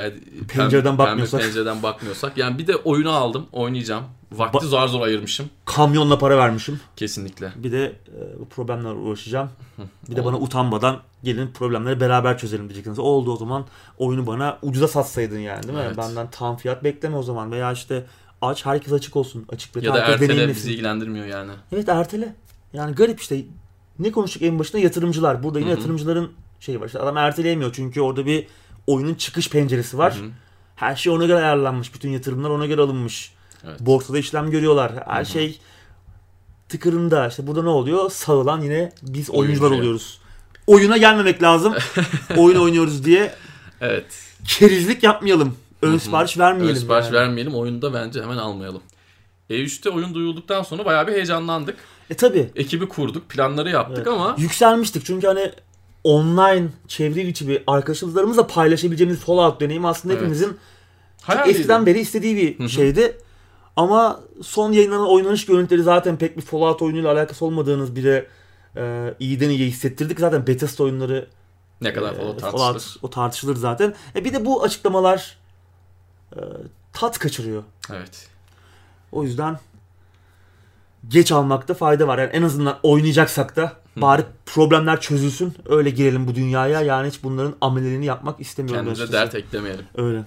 pencereden bakmıyorsak. Yani bir de oyunu aldım, oynayacağım. Vakti zor ayırmışım. kamyonla para vermişim. Kesinlikle. Bir de bu problemlerle uğraşacağım. Bir de bana utanmadan gelin problemleri beraber çözelim diyeceksiniz. Oldu, o zaman oyunu bana ucuza satsaydın yani, değil mi? Evet. Benden tam fiyat bekleme o zaman. Veya işte aç, herkes açık olsun. Açık ya da ertele, bizi ilgilendirmiyor yani. Evet, ertele. Yani garip işte. Ne konuştuk en başında? Yatırımcılar. Burada yine yatırımcıların şeyi var. İşte adam erteleyemiyor çünkü orada bir oyunun çıkış penceresi var. Her şey ona göre ayarlanmış. Bütün yatırımlar ona göre alınmış. Evet. Borsada işlem görüyorlar. Her şey tıkırında. İşte burada ne oluyor? Sağılan yine biz oyuncular oluyoruz. Oyuna gelmemek lazım. Oyun oynuyoruz diye. Evet. Kerizlik yapmayalım. Ön sipariş vermeyelim. Ön sipariş vermeyelim. Oyunu da bence hemen almayalım. E3'te oyun duyulduktan sonra bayağı bir heyecanlandık. Tabii. Ekibi kurduk, planları yaptık ama... Yükselmiştik çünkü hani online çevre içi bir arkadaşlarımızla paylaşabileceğimiz Fallout deneyimi aslında hepimizin eskiden beri istediği bir şeydi. Ama son yayınlanan oynanış görüntüleri zaten pek bir Fallout oyunuyla alakası olmadığınız bile iyiden iyiye hissettirdik. Zaten Bethesda oyunları ne kadar Fallout o tartışılır zaten. Bir de bu açıklamalar tat kaçırıyor. Evet. O yüzden geç almakta fayda var. Yani en azından oynayacaksak da bari problemler çözülsün. Öyle girelim bu dünyaya. Yani hiç bunların ameliyatını yapmak istemiyorum. Kendimize dert eklemeyelim. Öyle.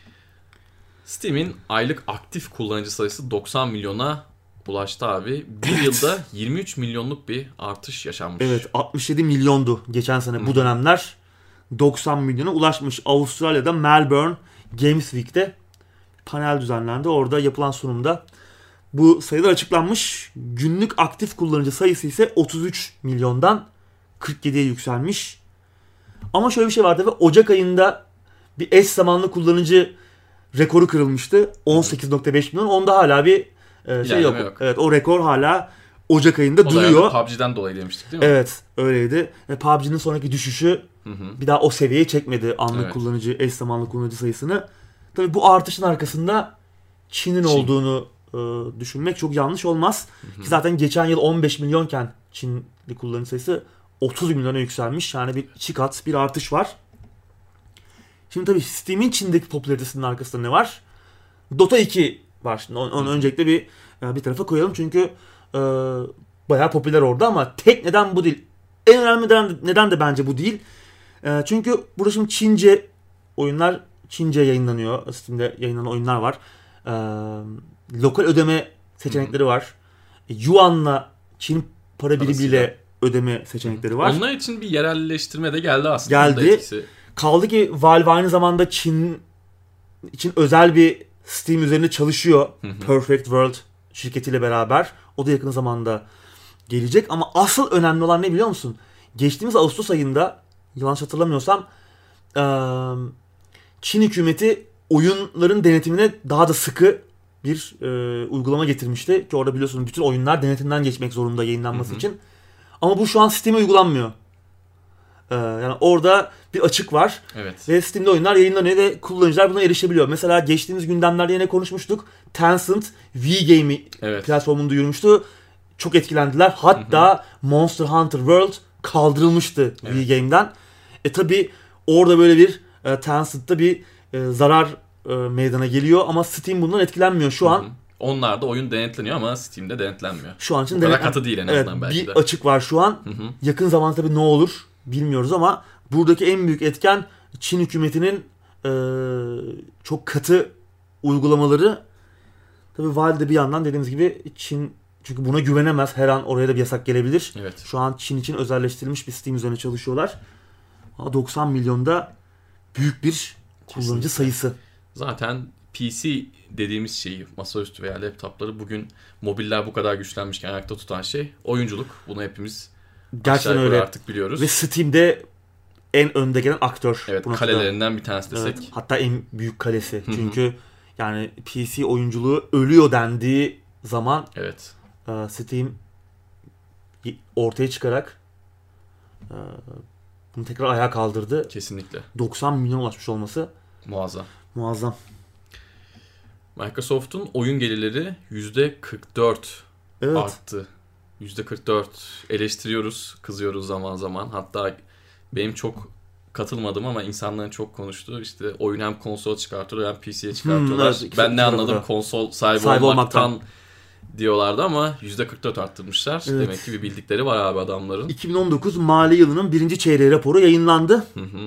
Steam'in aylık aktif kullanıcı sayısı 90 milyona ulaştı abi. Bir yılda 23 milyonluk bir artış yaşanmış. Evet, 67 milyondu geçen sene bu dönemler. 90 milyona ulaşmış. Avustralya'da Melbourne Games Week'te panel düzenlendi. Orada yapılan sunumda bu sayılar açıklanmış. Günlük aktif kullanıcı sayısı ise 33 milyondan 47'ye yükselmiş. Ama şöyle bir şey vardı ve Ocak ayında bir eş zamanlı kullanıcı rekoru kırılmıştı. 18.5 milyon. Onda hala bir şey yok. Evet, o rekor hala Ocak ayında duruyor. O da PUBG'den dolayı demiştik değil mi? Evet, öyleydi. PUBG'nin sonraki düşüşü bir daha o seviyeye çekmedi anlık kullanıcı, eş zamanlı kullanıcı sayısını. Tabii bu artışın arkasında Çin'in olduğunu düşünmek çok yanlış olmaz. Ki zaten geçen yıl 15 milyonken Çinli kullanıcı sayısı 30 milyona yükselmiş. Yani bir 2 kat bir artış var. Şimdi tabii Steam'in Çin'deki popülaritesinin arkasında ne var? Dota 2 var. Şimdi onu öncelikle bir tarafa koyalım çünkü bayağı popüler orada ama tek neden bu değil. En önemli neden de bence bu değil. Çünkü burada şimdi Çince oyunlar Çince yayınlanıyor. Steam'de yayınlanan oyunlar var. Lokal ödeme seçenekleri var. Yuan'la Çin para birimiyle ödeme seçenekleri var. Onlar için bir yerelleştirme de geldi aslında. Geldi. Kaldı ki Valve aynı zamanda Çin için özel bir Steam üzerinde çalışıyor. Perfect World şirketiyle beraber. O da yakın zamanda gelecek. Ama asıl önemli olan ne biliyor musun? Geçtiğimiz Ağustos ayında yanlış hatırlamıyorsam Çin hükümeti oyunların denetimine daha da sıkı bir uygulama getirmişti. Ki orada biliyorsunuz bütün oyunlar denetimden geçmek zorunda yayınlanması için. Ama bu şu an Steam'e uygulanmıyor. Yani orada bir açık var. Evet. Ve Steam'de oyunlar yayınlanıyor ve kullanıcılar buna erişebiliyor. Mesela geçtiğimiz gündemlerde yine konuşmuştuk. Tencent V-Game'i platformunu duyurmuştu. Çok etkilendiler. Hatta Monster Hunter World kaldırılmıştı V-Game'den. Tabi orada böyle bir Tencent'ta bir zarar meydana geliyor ama Steam bundan etkilenmiyor şu an. Onlar da oyun denetleniyor ama Steam'de denetlenmiyor. Şu an için bu kadar katı değil en azından belki de. Bir açık var şu an. Yakın zamanda tabii ne olur bilmiyoruz ama buradaki en büyük etken Çin hükümetinin çok katı uygulamaları. Tabii Valve bir yandan dediğimiz gibi Çin çünkü buna güvenemez. Her an oraya da bir yasak gelebilir. Evet. Şu an Çin için özelleştirilmiş bir Steam üzerine çalışıyorlar. 90 milyonda büyük bir kullanıcı sayısı. Zaten PC dediğimiz şeyi, masaüstü veya laptopları bugün mobiller bu kadar güçlenmişken ayakta tutan şey oyunculuk. Bunu hepimiz gerçekten öyle artık biliyoruz. Ve Steam'de en önde gelen aktör. Evet, kalelerinden bir tanesi desek. Evet, hatta en büyük kalesi. Çünkü yani PC oyunculuğu ölüyor dendiği zaman Steam ortaya çıkarak bunu tekrar ayağa kaldırdı. Kesinlikle. 90 milyon ulaşmış olması muazzam. Microsoft'un oyun gelirleri %44 arttı. %44 eleştiriyoruz, kızıyoruz zaman zaman. Hatta benim çok katılmadım ama insanların çok konuştuğu işte oyun hem konsol çıkartıyorlar hem PC'ye çıkartıyorlar. Ben ne anladım konsol sahibi olmaktan diyorlardı ama %44 arttırmışlar. Evet. Demek ki bir bildikleri var abi adamların. 2019 mali yılının birinci çeyreği raporu yayınlandı.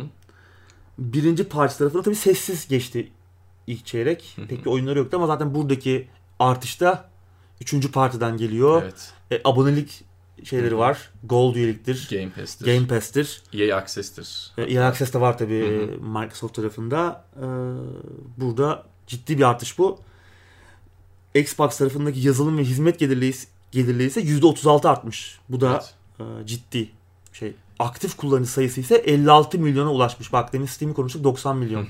Birinci parça tarafına tabii sessiz geçti ilk çeyrek. Pek bir oyunları yoktu ama zaten buradaki artışta 3. partiden geliyor. Evet. Abonelik şeyleri var. Gold üyeliktir. Game Pass'tir. EA Access'tir. EA Access de var tabii Microsoft tarafında. Burada ciddi bir artış bu. Xbox tarafındaki yazılım ve hizmet gelirleri ise %36 artmış. Bu da ciddi şey. Aktif kullanıcı sayısı ise 56 milyona ulaşmış. Bak demin Steam'i konuştuk, 90 milyon.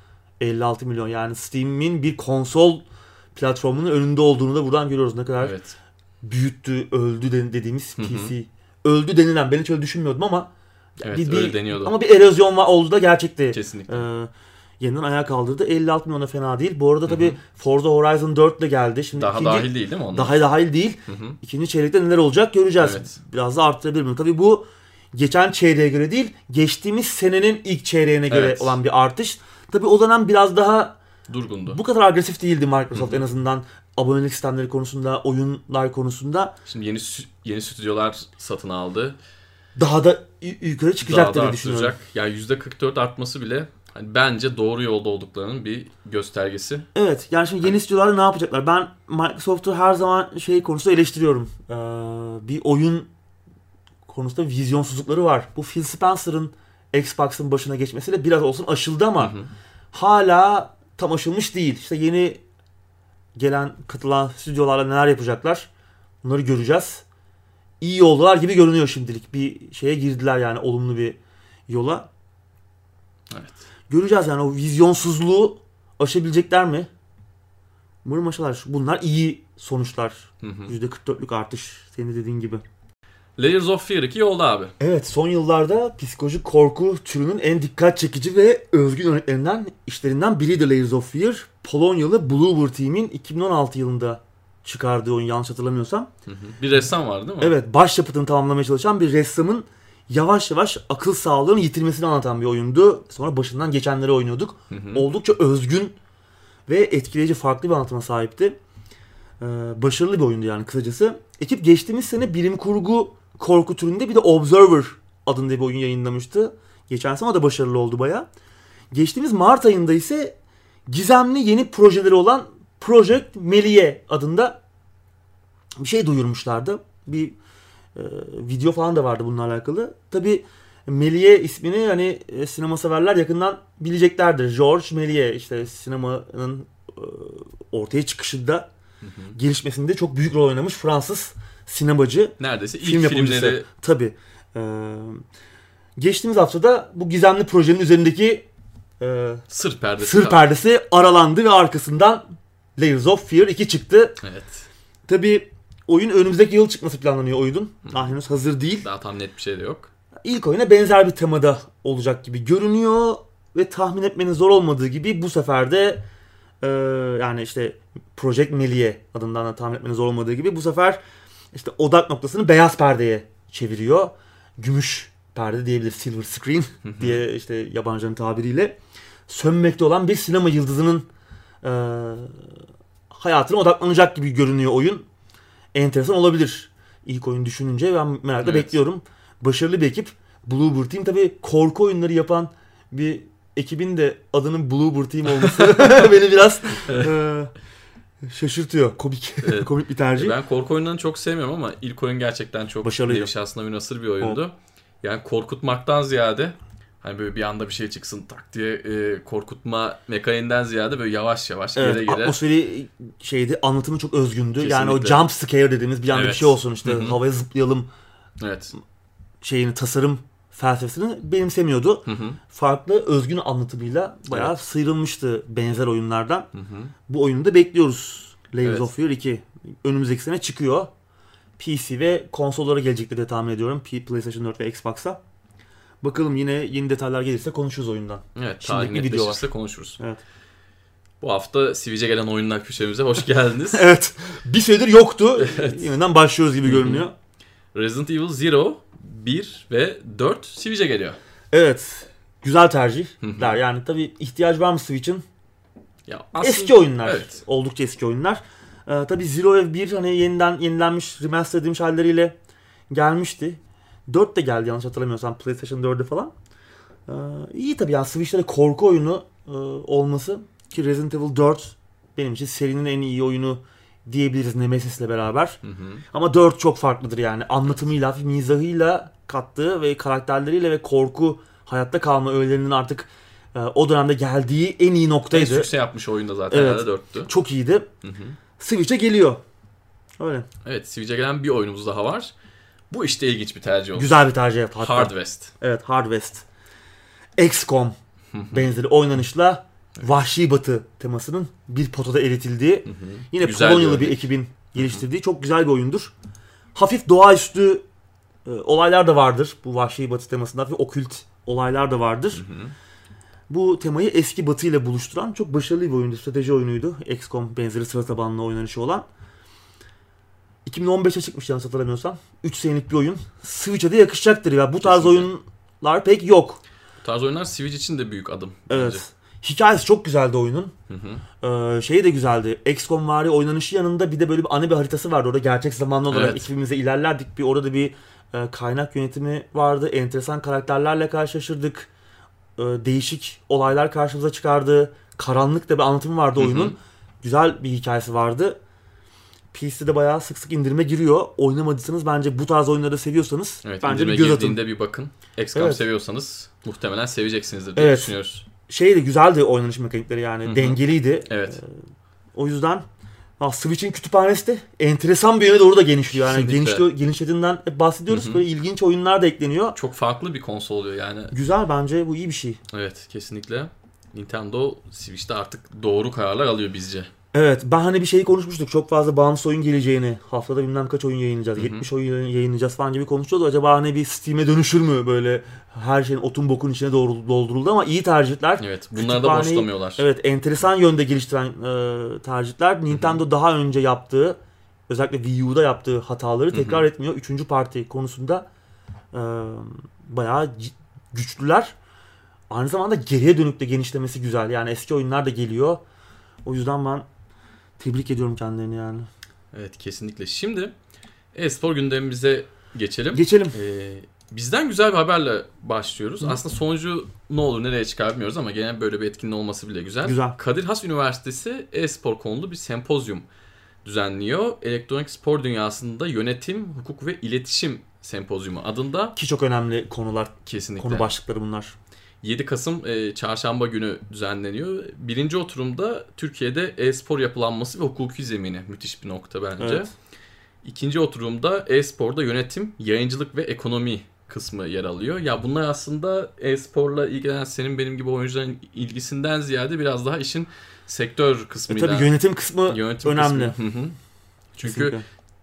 56 milyon, yani Steam'in bir konsol platformunun önünde olduğunu da buradan görüyoruz. Ne kadar büyüttü, öldü dediğimiz PC. Öldü denilen, ben hiç öyle düşünmüyordum ama öyle deniyordu. Ama bir erozyon oldu da gerçekti. Kesinlikle. Yeniden ayağa kaldırdı. 56 milyona fena değil. Bu arada tabii Forza Horizon 4 de geldi. Şimdi daha dahil değil mi onlar? Daha dahil değil. İkinci çeyrekte neler olacak göreceğiz. Evet. Biraz da arttırabilir mi? Tabii bu geçen çeyreğe göre değil, geçtiğimiz senenin ilk çeyreğine göre olan bir artış. Tabii o dönem biraz daha durgundu. Bu kadar agresif değildi Microsoft en azından abonelik sistemleri konusunda, oyunlar konusunda. Şimdi yeni stüdyolar satın aldı. Daha da yukarı çıkacak diye düşünüyorum. Yani %44 artması bile hani bence doğru yolda olduklarının bir göstergesi. Evet, yani şimdi yeni stüdyolarda ne yapacaklar? Ben Microsoft'u her zaman konusunda eleştiriyorum. Bir oyun konusunda vizyonsuzlukları var. Bu Phil Spencer'ın Xbox'ın başına geçmesiyle biraz olsun aşıldı ama hala tam aşılmış değil. İşte yeni gelen, katılan stüdyolarla neler yapacaklar? Bunları göreceğiz. İyi oldular gibi görünüyor şimdilik. Bir şeye girdiler yani, olumlu bir yola. Evet. Göreceğiz yani, o vizyonsuzluğu aşabilecekler mi? Umarım aşarlar. Bunlar iyi sonuçlar. %44'lük artış senin dediğin gibi. Layers of Fear 2 yolda abi. Evet, son yıllarda psikolojik korku türünün en dikkat çekici ve özgün örneklerinden, işlerinden biriydi Layers of Fear. Polonyalı Bloober Team'in 2016 yılında çıkardığı oyun, yanlış hatırlamıyorsam. Bir ressam var değil mi? Evet, başyapıtını tamamlamaya çalışan bir ressamın yavaş yavaş akıl sağlığını yitirmesini anlatan bir oyundu. Sonra başından geçenleri oynuyorduk. Oldukça özgün ve etkileyici, farklı bir anlatıma sahipti. Başarılı bir oyundu yani kısacası. Ekip geçtiğimiz sene bilim kurgu korku türünde bir de Observer adında bir oyun yayınlamıştı. Geçen sene o da başarılı oldu baya. Geçtiğimiz Mart ayında ise gizemli yeni projeleri olan Project Melie adında bir şey duyurmuşlardı. Bir video falan da vardı bununla alakalı. Tabii Melie ismini hani sinema severler yakından bileceklerdir. Georges Méliès, işte sinemanın ortaya çıkışında, gelişmesinde çok büyük rol oynamış Fransız sinemacı. Neredeyse ilk filmleri. Tabii. Geçtiğimiz haftada bu gizemli projenin üzerindeki sır perdesi aralandı ve arkasından Layers of Fear 2 çıktı. Evet. Tabii oyun önümüzdeki yıl çıkması planlanıyor oyunun. Henüz hazır değil. Daha tam net bir şey de yok. İlk oyuna benzer bir temada olacak gibi görünüyor ve tahmin etmenin zor olmadığı gibi bu sefer de yani işte Project Melie adından da tahmin etmenin zor olmadığı gibi bu sefer işte odak noktasını beyaz perdeye çeviriyor. Gümüş perde diyebiliriz, silver screen diye işte yabancıların tabiriyle. Sönmekte olan bir sinema yıldızının hayatına odaklanacak gibi görünüyor oyun. Enteresan olabilir ilk oyun düşününce, ben merakla bekliyorum. Başarılı bir ekip. Bloober Team tabii korku oyunları yapan bir ekibin de adının Bloober Team olması beni biraz şaşırtıyor. Komik. Evet. Komik bir tercih. Ben korku oyunlarını çok sevmiyorum ama ilk oyun gerçekten çok başarılıydı. Şahsına münhasır bir oyundu. Yani korkutmaktan ziyade hani böyle bir anda bir şey çıksın tak diye korkutma mekaniğinden ziyade böyle yavaş yavaş gele. Atmosferi şeydi, anlatımı çok özgündü. Kesinlikle. Yani o jump scare dediğimiz bir anda bir şey olsun işte havaya zıplayalım. Evet. Şeyini, tasarım felsefesini benimsemiyordu. Farklı özgün anlatımıyla bayağı sıyrılmıştı benzer oyunlardan. Bu oyunu da bekliyoruz. Layers of Fear 2 önümüzdeki sene çıkıyor. PC ve konsollara gelecektir diye tahmin ediyorum. PlayStation 4 ve Xbox'a. Bakalım, yine yeni detaylar gelirse konuşuruz oyundan. Evet, tarih netleşirse konuşuruz. Evet. Bu hafta Sivic'e gelen oyunlar köşemize hoş geldiniz. Evet. Bir süredir yoktu. Yeniden başlıyoruz gibi görünüyor. Resident Evil 0, 1 ve 4 Switch'e geliyor. Evet. Güzel tercihler. Yani tabii ihtiyaç var mı Switch'in? Ya aslında, eski oyunlar. Evet. Oldukça eski oyunlar. Tabii Zero ve 1 hani yeniden yenilenmiş, remaster edilmiş halleriyle gelmişti. 4 de geldi yanlış hatırlamıyorsam PlayStation 4'e falan. İyi tabii yani Switch'te de korku oyunu olması ki Resident Evil 4 benim için serinin en iyi oyunu diyebiliriz Nemesis'le beraber. Ama 4 çok farklıdır yani. Anlatımıyla, mizahıyla kattığı ve karakterleriyle ve korku, hayatta kalma öğelerinin artık o dönemde geldiği en iyi noktaydı. En sükse yapmış oyunda zaten herhalde 4'tü. Çok iyiydi. Switch'e geliyor. Öyle. Evet, Switch'e gelen bir oyunumuz daha var. Bu işte ilginç bir tercih oldu. Güzel bir tercih yaptı. Hard West. Evet, Hard West. XCOM benzeri oynanışla Vahşi Batı temasının bir potada eritildiği, yine güzel Polonyalı bir ekibin geliştirdiği çok güzel bir oyundur. Hafif doğaüstü olaylar da vardır bu Vahşi Batı temasında. Hafif okült olaylar da vardır. Bu temayı eski Batı ile buluşturan çok başarılı bir oyundu. Strateji oyunuydu. XCOM benzeri sıra tabanlı oynanışı olan. 2015'e çıkmış yanlış hatırlamıyorsam. 3 senelik bir oyun. Switch'e de yakışacaktır ya. Bu tarz oyunlar pek yok. Bu tarz oyunlar Switch için de büyük adım. Evet. Bence. Hikayesi çok güzeldi oyunun. Şey de güzeldi. XCOM vari oynanışı yanında bir de böyle bir bir haritası vardı. Orada gerçek zamanlı olarak ekibimize ilerlerdik. Orada bir kaynak yönetimi vardı. Enteresan karakterlerle karşılaşırdık. Değişik olaylar karşımıza çıkardı. Karanlık da bir anlatımı vardı oyunun. Güzel bir hikayesi vardı. PC'de bayağı sık sık indirime giriyor. Oynamadıysanız bence bu tarz oyunları seviyorsanız bence bir göz atın. Bir bakın. XCOM seviyorsanız muhtemelen seveceksinizdir diye düşünüyoruz. Şey de güzeldi oynanış mekanikleri yani. Dengeliydi. Evet. O yüzden Switch'in kütüphanesi de enteresan bir yöne doğru da genişliyor. Yani genişlediğinden hep bahsediyoruz. Böyle ilginç oyunlar da ekleniyor. Çok farklı bir konsol oluyor yani. Güzel, bence bu iyi bir şey. Evet, kesinlikle. Nintendo Switch'te artık doğru kararlar alıyor bizce. Evet, ben hani bir şeyi konuşmuştuk. Çok fazla bağımsız oyun geleceğini. Haftada bilmem kaç oyun yayınlayacağız. 70 oyun yayınlayacağız falan gibi konuşuyordu. Acaba hani bir Steam'e dönüşür mü? Böyle her şeyin otun bokun içine doğru dolduruldu ama iyi tercihler. Evet, bunları da boşlamıyorlar. Evet, enteresan yönde geliştiren tercihler. Nintendo daha önce yaptığı, özellikle Wii U'da yaptığı hataları tekrar etmiyor. Üçüncü parti konusunda bayağı güçlüler. Aynı zamanda geriye dönük de genişlemesi güzel. Yani eski oyunlar da geliyor. O yüzden ben tebrik ediyorum kendilerini yani. Evet, kesinlikle. Şimdi e-spor gündemimize geçelim. Bizden güzel bir haberle başlıyoruz. Aslında sonucu ne olur nereye çıkar bilmiyoruz ama genel böyle bir etkinliğin olması bile güzel. Kadir Has Üniversitesi e-spor konulu bir sempozyum düzenliyor. Elektronik spor dünyasında yönetim, hukuk ve iletişim sempozyumu adında. Ki çok önemli konular. Kesinlikle. Konu başlıkları bunlar. 7 Kasım çarşamba günü düzenleniyor. Birinci oturumda Türkiye'de e-spor yapılanması ve hukuki zemini. Müthiş bir nokta bence. Evet. İkinci oturumda e-sporda yönetim, yayıncılık ve ekonomi kısmı yer alıyor. Ya bunlar aslında e-sporla ilgilenen senin benim gibi oyuncuların ilgisinden ziyade biraz daha işin sektör kısmıyla. Tabii yönetim kısmı önemli. Çünkü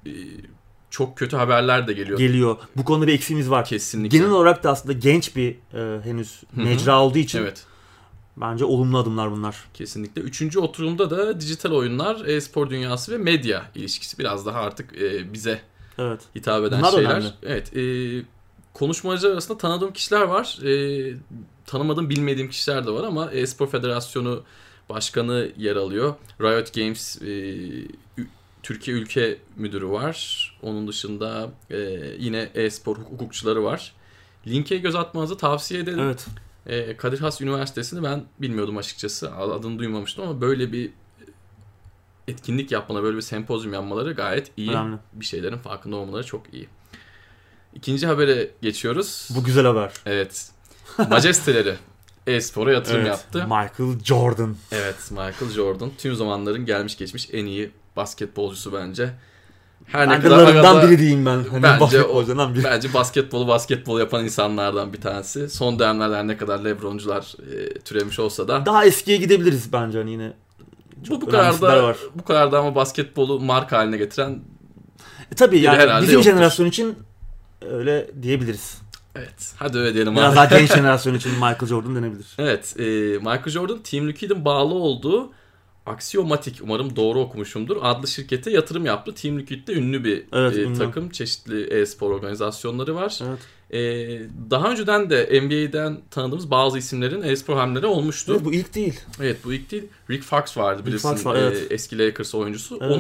çok kötü haberler de geliyor. Bu konuda bir eksiğimiz var. Kesinlikle. Genel olarak da aslında genç bir henüz mecra olduğu için bence olumlu adımlar bunlar. Kesinlikle. Üçüncü oturumda da dijital oyunlar, e-spor dünyası ve medya ilişkisi biraz daha artık bize hitap eden bunlar şeyler. Önemli. Evet. Konuşmacılar arasında tanıdığım kişiler var. Tanımadığım, bilmediğim kişiler de var ama e-spor federasyonu başkanı yer alıyor. Riot Games Türkiye ülke müdürü var. Onun dışında yine e-spor hukukçuları var. Linke göz atmanızı tavsiye ederim. Evet. Kadir Has Üniversitesi'ni ben bilmiyordum açıkçası. Adını duymamıştım ama böyle bir etkinlik yapmaları, böyle bir sempozyum yapmaları gayet iyi. Önemli. Bir şeylerin farkında olmaları çok iyi. İkinci habere geçiyoruz. Bu güzel haber. Evet. Majesteleri e-spora yatırım yaptı. Michael Jordan. Evet, Michael Jordan. Tüm zamanların gelmiş geçmiş en iyi basketbolcusu bence. Her ne kadar arada, biri diyeyim ben. Bence basketbol yapan insanlardan bir tanesi. Son dönemlerde her ne kadar LeBron'cular türemiş olsa da. Daha eskiye gidebiliriz bence hani yine. Bu kadar da ama basketbolu marka haline getiren. Tabii yani bizim yoktur. Jenerasyon için öyle diyebiliriz. Evet. Hadi öyle diyelim. Biraz daha genç jenerasyon için Michael Jordan denebilir. Evet. Michael Jordan Team Liquid'in bağlı olduğu Axiomatic, umarım doğru okumuşumdur, adlı şirkete yatırım yaptı. Team Liquid'de ünlü bir takım. Çeşitli e-spor organizasyonları var. Evet. Daha önceden de NBA'den tanıdığımız bazı isimlerin e-spor hamleleri olmuştu. Evet, bu ilk değil. Evet, bu ilk değil. Rick Fox vardı bilirsin. Eski Lakers oyuncusu. Evet. Onun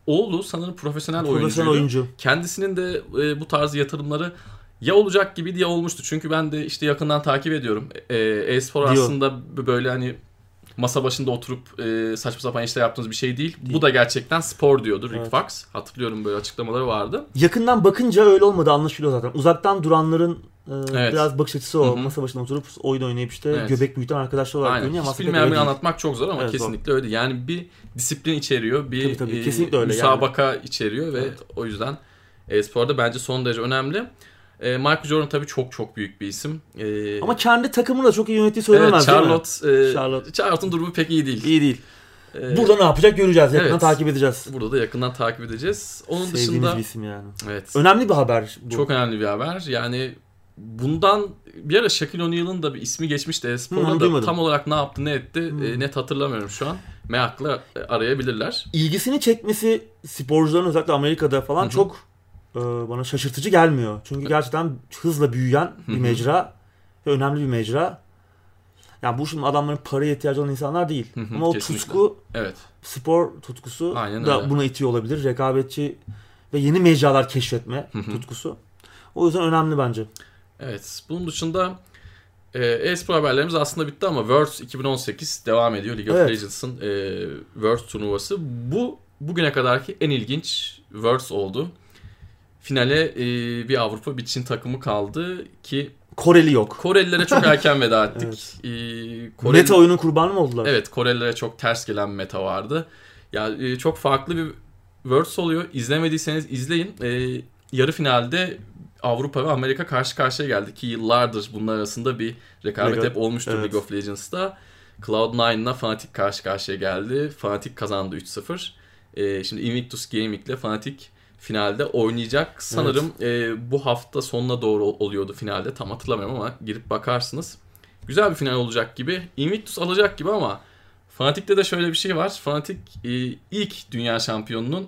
oğlu sanırım profesyonel oyuncu. Kendisinin de bu tarz yatırımları ya olacak gibiydi ya olmuştu. Çünkü ben de işte yakından takip ediyorum. E-spor aslında böyle hani masa başında oturup saçma sapan işler yaptığınız bir şey değil. Bu da gerçekten spor diyordu Rick Fox. Hatırlıyorum, böyle açıklamaları vardı. Yakından bakınca öyle olmadı, anlaşılıyor zaten. Uzaktan duranların biraz bakış açısı o. Masa başında oturup oyun oynayıp işte göbek büyüten arkadaşlar olarak oynuyor. Hiç bilmeyen anlatmak çok zor ama kesinlikle öyle. Yani bir disiplin içeriyor. Bir tabii, müsabaka içeriyor ve o yüzden e-sporda bence son derece önemli. Michael Jordan tabii çok çok büyük bir isim. Ama kendi takımını da çok iyi yönettiği söylenemez değil mi? Charlotte'un durumu pek iyi değil. İyi değil. Burada ne yapacak göreceğiz. Yakından takip edeceğiz. Burada da yakından takip edeceğiz. Onun sevdiğimiz dışında bir isim yani. Evet. Önemli bir haber bu. Çok önemli bir haber. Yani bundan bir ara Shaquille O'Neal'ın da bir ismi geçmişti e-sporda da tam olarak ne yaptı ne etti net hatırlamıyorum şu an. Merakla arayabilirler. İlgisini çekmesi sporcuların özellikle Amerika'da falan çok bana şaşırtıcı gelmiyor. Çünkü gerçekten hızla büyüyen bir mecra ve önemli bir mecra. Yani bu şimdi adamların paraya ihtiyacı olan insanlar değil. Ama o tutku, spor tutkusu da buna itiyor olabilir. Rekabetçi ve yeni mecralar keşfetme tutkusu. O yüzden önemli bence. Evet. Bunun dışında e-spor haberlerimiz aslında bitti ama Worlds 2018 devam ediyor. League of Legends'ın Worlds turnuvası. Bu bugüne kadarki en ilginç Worlds oldu. Finale bir Avrupa bir Çin takımı kaldı ki Koreli yok. Korelilere çok erken veda ettik. Meta oyunun kurbanı mı oldular? Evet, Korelilere çok ters gelen meta vardı. Ya çok farklı bir Worlds oluyor. İzlemediyseniz izleyin. Yarı finalde Avrupa ve Amerika karşı karşıya geldi ki yıllardır bunlar arasında bir rekabet hep olmuştur League of Legends'ta. Cloud9'la Fnatic karşı karşıya geldi. Fnatic kazandı 3-0. Şimdi Invictus Gaming ile Fnatic finalde oynayacak. Sanırım bu hafta sonuna doğru oluyordu finalde. Tam hatırlamıyorum ama girip bakarsınız. Güzel bir final olacak gibi. Invictus alacak gibi ama Fnatic'te de şöyle bir şey var. Fnatic ilk dünya şampiyonunun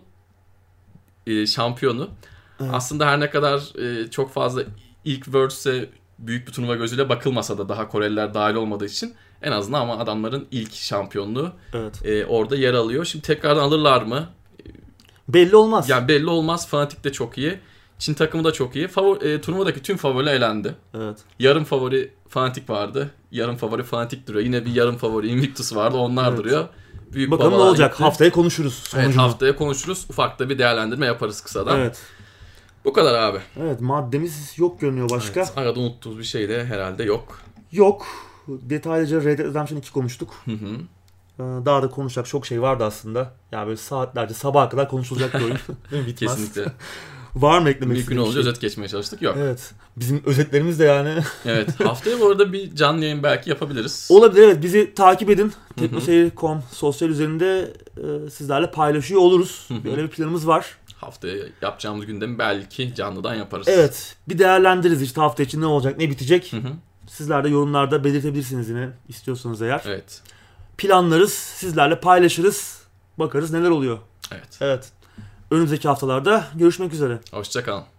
şampiyonu. Aslında her ne kadar çok fazla ilk Worlds'e büyük bir turnuva gözüyle bakılmasa da daha Koreliler dahil olmadığı için en azından ama adamların ilk şampiyonluğu orada yer alıyor. Şimdi tekrardan alırlar mı? Belli olmaz. Yani belli olmaz. Fnatic de çok iyi. Çin takımı da çok iyi. Turnuvadaki tüm favoriler elendi. Evet. Yarım favori Fnatic vardı. Yarım favori Fnatic duruyor. Yine bir yarım favori Invictus vardı. Onlar duruyor. Büyük bakalım ne olacak. Gitti. Haftaya konuşuruz. Evet, haftaya konuşuruz. Ufak da bir değerlendirme yaparız kısadan. Evet. Bu kadar abi. Evet, maddemiz yok görünüyor başka. Evet, arada unuttuğumuz bir şey de herhalde yok. Yok. Detaylıca Red Dead Redemption 2 konuştuk. Daha da konuşacak çok şey vardı aslında. Yani böyle saatlerce sabaha kadar konuşulacak bir oyun. Bitmez. Kesinlikle. Var mı eklemek istediğin bir şey? Özet geçmeye çalıştık. Yok. Evet. Bizim özetlerimiz de yani. Evet. Haftaya bu arada bir canlı yayın belki yapabiliriz. Olabilir, evet. Bizi takip edin. Teknoseyir.com sosyal üzerinde sizlerle paylaşıyor oluruz. Böyle bir planımız var. Haftaya yapacağımız gündemi belki canlıdan yaparız. Evet. Bir değerlendiririz işte hafta için ne olacak, ne bitecek. Sizler de yorumlarda belirtebilirsiniz yine istiyorsanız eğer. Evet. Planlarız, sizlerle paylaşırız. Bakarız neler oluyor. Evet. Evet. Önümüzdeki haftalarda görüşmek üzere. Hoşça kalın.